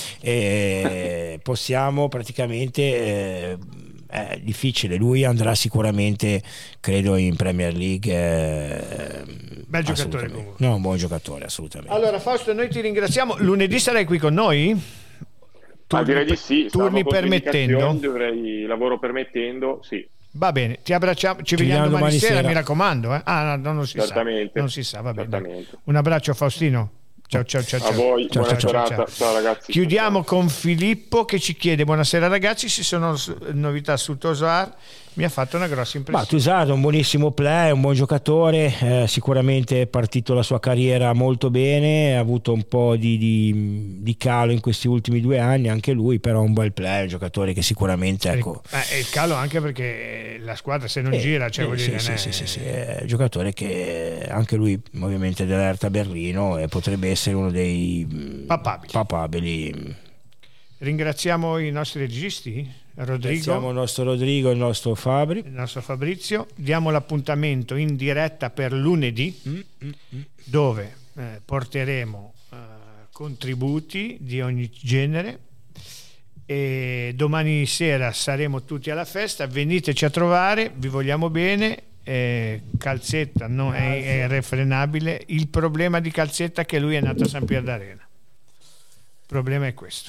B: e possiamo praticamente eh, è difficile, lui andrà sicuramente credo in Premier League, eh,
A: bel giocatore comunque,
B: no, un buon giocatore assolutamente.
A: Allora Fausto, noi ti ringraziamo, lunedì sarai qui con noi?
F: Turni, ah, direi di sì,
A: turni permettendo,
F: dovrei, lavoro permettendo, sì.
A: Va bene, ti abbracciamo, ci, ci vediamo domani, domani sera, sera, mi raccomando, eh? ah no, non si
F: certamente,
A: sa, non si sa, va bene.
F: Certamente.
A: Un abbraccio Faustino. Ciao ciao ciao.
F: A voi,
A: ciao,
F: buona
A: ciao,
F: serata.
A: ciao.
F: Ciao ragazzi.
A: Chiudiamo con Filippo che ci chiede: buonasera ragazzi, ci sono novità su Tosar? Mi ha fatto una grossa impressione.
B: Ma Tosar è un buonissimo play, un buon giocatore, eh, sicuramente è partito la sua carriera molto bene, ha avuto un po' di, di, di calo in questi ultimi due anni anche lui, però un bel play, un giocatore che sicuramente ecco,
A: eh, il calo anche perché la squadra se non
B: eh,
A: gira cioè,
B: eh,
A: voglio
B: sì,
A: dire,
B: sì,
A: è...
B: sì, sì, sì, è un giocatore che anche lui ovviamente dell'Hertha Berlino e potrebbe essere uno dei
A: papabili.
B: papabili.
A: Ringraziamo i nostri registi, Rodrigo,
B: ringraziamo il nostro Rodrigo e il nostro Fabri,
A: il nostro Fabrizio. Diamo l'appuntamento in diretta per lunedì
B: mm, mm, mm.
A: dove eh, porteremo eh, contributi di ogni genere e domani sera saremo tutti alla festa, veniteci a trovare, vi vogliamo bene. eh, Calzetta no, è, è irrefrenabile. Il problema di Calzetta è che lui è nato a San Pier d'Arena, il problema è questo.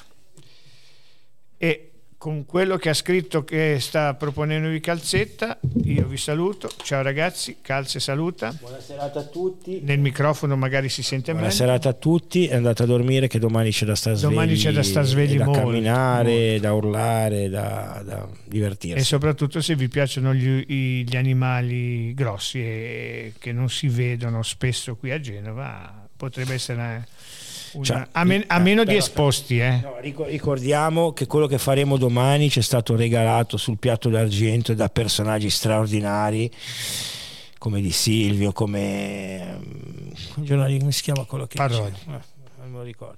A: E con quello che ha scritto che sta proponendovi Calzetta, io vi saluto. Ciao ragazzi, Calze saluta.
B: Buona serata a tutti.
A: Nel microfono magari si sente
B: Buona
A: meglio.
B: serata a tutti, è andate a dormire che domani c'è da stare svegli.
A: Domani c'è da star svegli
B: da
A: molto,
B: camminare,
A: molto.
B: da urlare, da, da divertirsi.
A: E soprattutto se vi piacciono gli, gli animali grossi e che non si vedono spesso qui a Genova, potrebbe essere una,
B: Cioè,
A: a, men- a meno
B: però,
A: di esposti eh.
B: no, ricordiamo che quello che faremo domani ci è stato regalato sul piatto d'argento da personaggi straordinari come Di Silvio, come um, giornali, come si chiama quello che
A: Parodi.
B: dice? Eh, non me lo ricordo.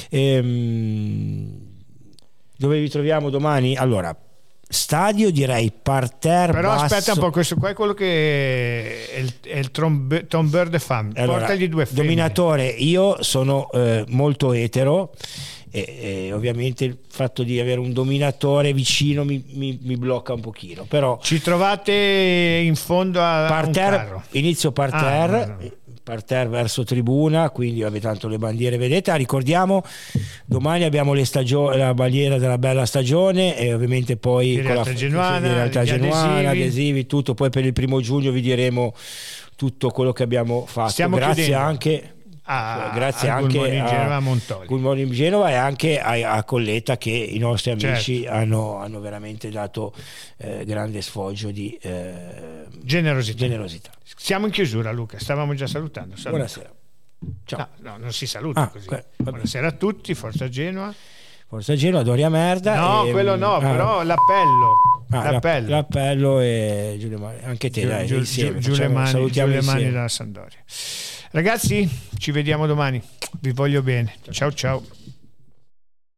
B: Ehm, dove vi troviamo domani? Allora, stadio direi parterre
A: Però
B: basso.
A: aspetta un po', questo qua è quello che è il, è il Tom, Tom Bird Fam.
B: Allora,
A: portagli due femmine.
B: dominatore, io sono eh, molto etero e, e ovviamente il fatto di avere un dominatore vicino mi, mi, mi blocca un pochino, però
A: Ci trovate in fondo a
B: parterre,
A: un carro.
B: inizio parterre,
A: Ah, no, no.
B: parterre verso tribuna, quindi vabbè, tanto le bandiere vedete. Ah, ricordiamo domani abbiamo le stagio- la bandiera della bella stagione e ovviamente poi
A: Di
B: con la
A: realtà genuana,
B: di realtà
A: gli
B: genuana,
A: adesivi.
B: adesivi, tutto. Poi per il primo giugno vi diremo tutto quello che abbiamo fatto.
A: Stiamo
B: grazie
A: chiudendo.
B: anche
A: A-
B: grazie
A: al
B: anche
A: Good Morning
B: a
A: Genova a Montoli.
B: Good Morning Genova e anche a, a Colletta, che i nostri amici
A: Certo.
B: hanno, hanno veramente dato eh, grande sfoggio di eh,
A: Generosità.
B: generosità.
A: Siamo in chiusura, Luca, stavamo già salutando. Saluta.
B: Buonasera. Ciao.
A: No, no, non si saluta
B: Ah,
A: così.
B: ok, vabbè.
A: Buonasera a tutti, Forza Genova.
B: Forza Genova, Doria Merda.
A: No,
B: e,
A: quello no,
B: ah,
A: però l'appello.
B: ah,
A: l'appello.
B: l'appello e Giulio Mani. Anche te,
A: Giu-
B: dai,
A: Giu-
B: insieme.
A: Giu- Giulia
B: Facciamo-
A: Mani,
B: salutiamo
A: Giulia Mani
B: insieme.
A: dalla Sampdoria. Ragazzi, ci vediamo domani. Vi voglio bene. Ciao ciao.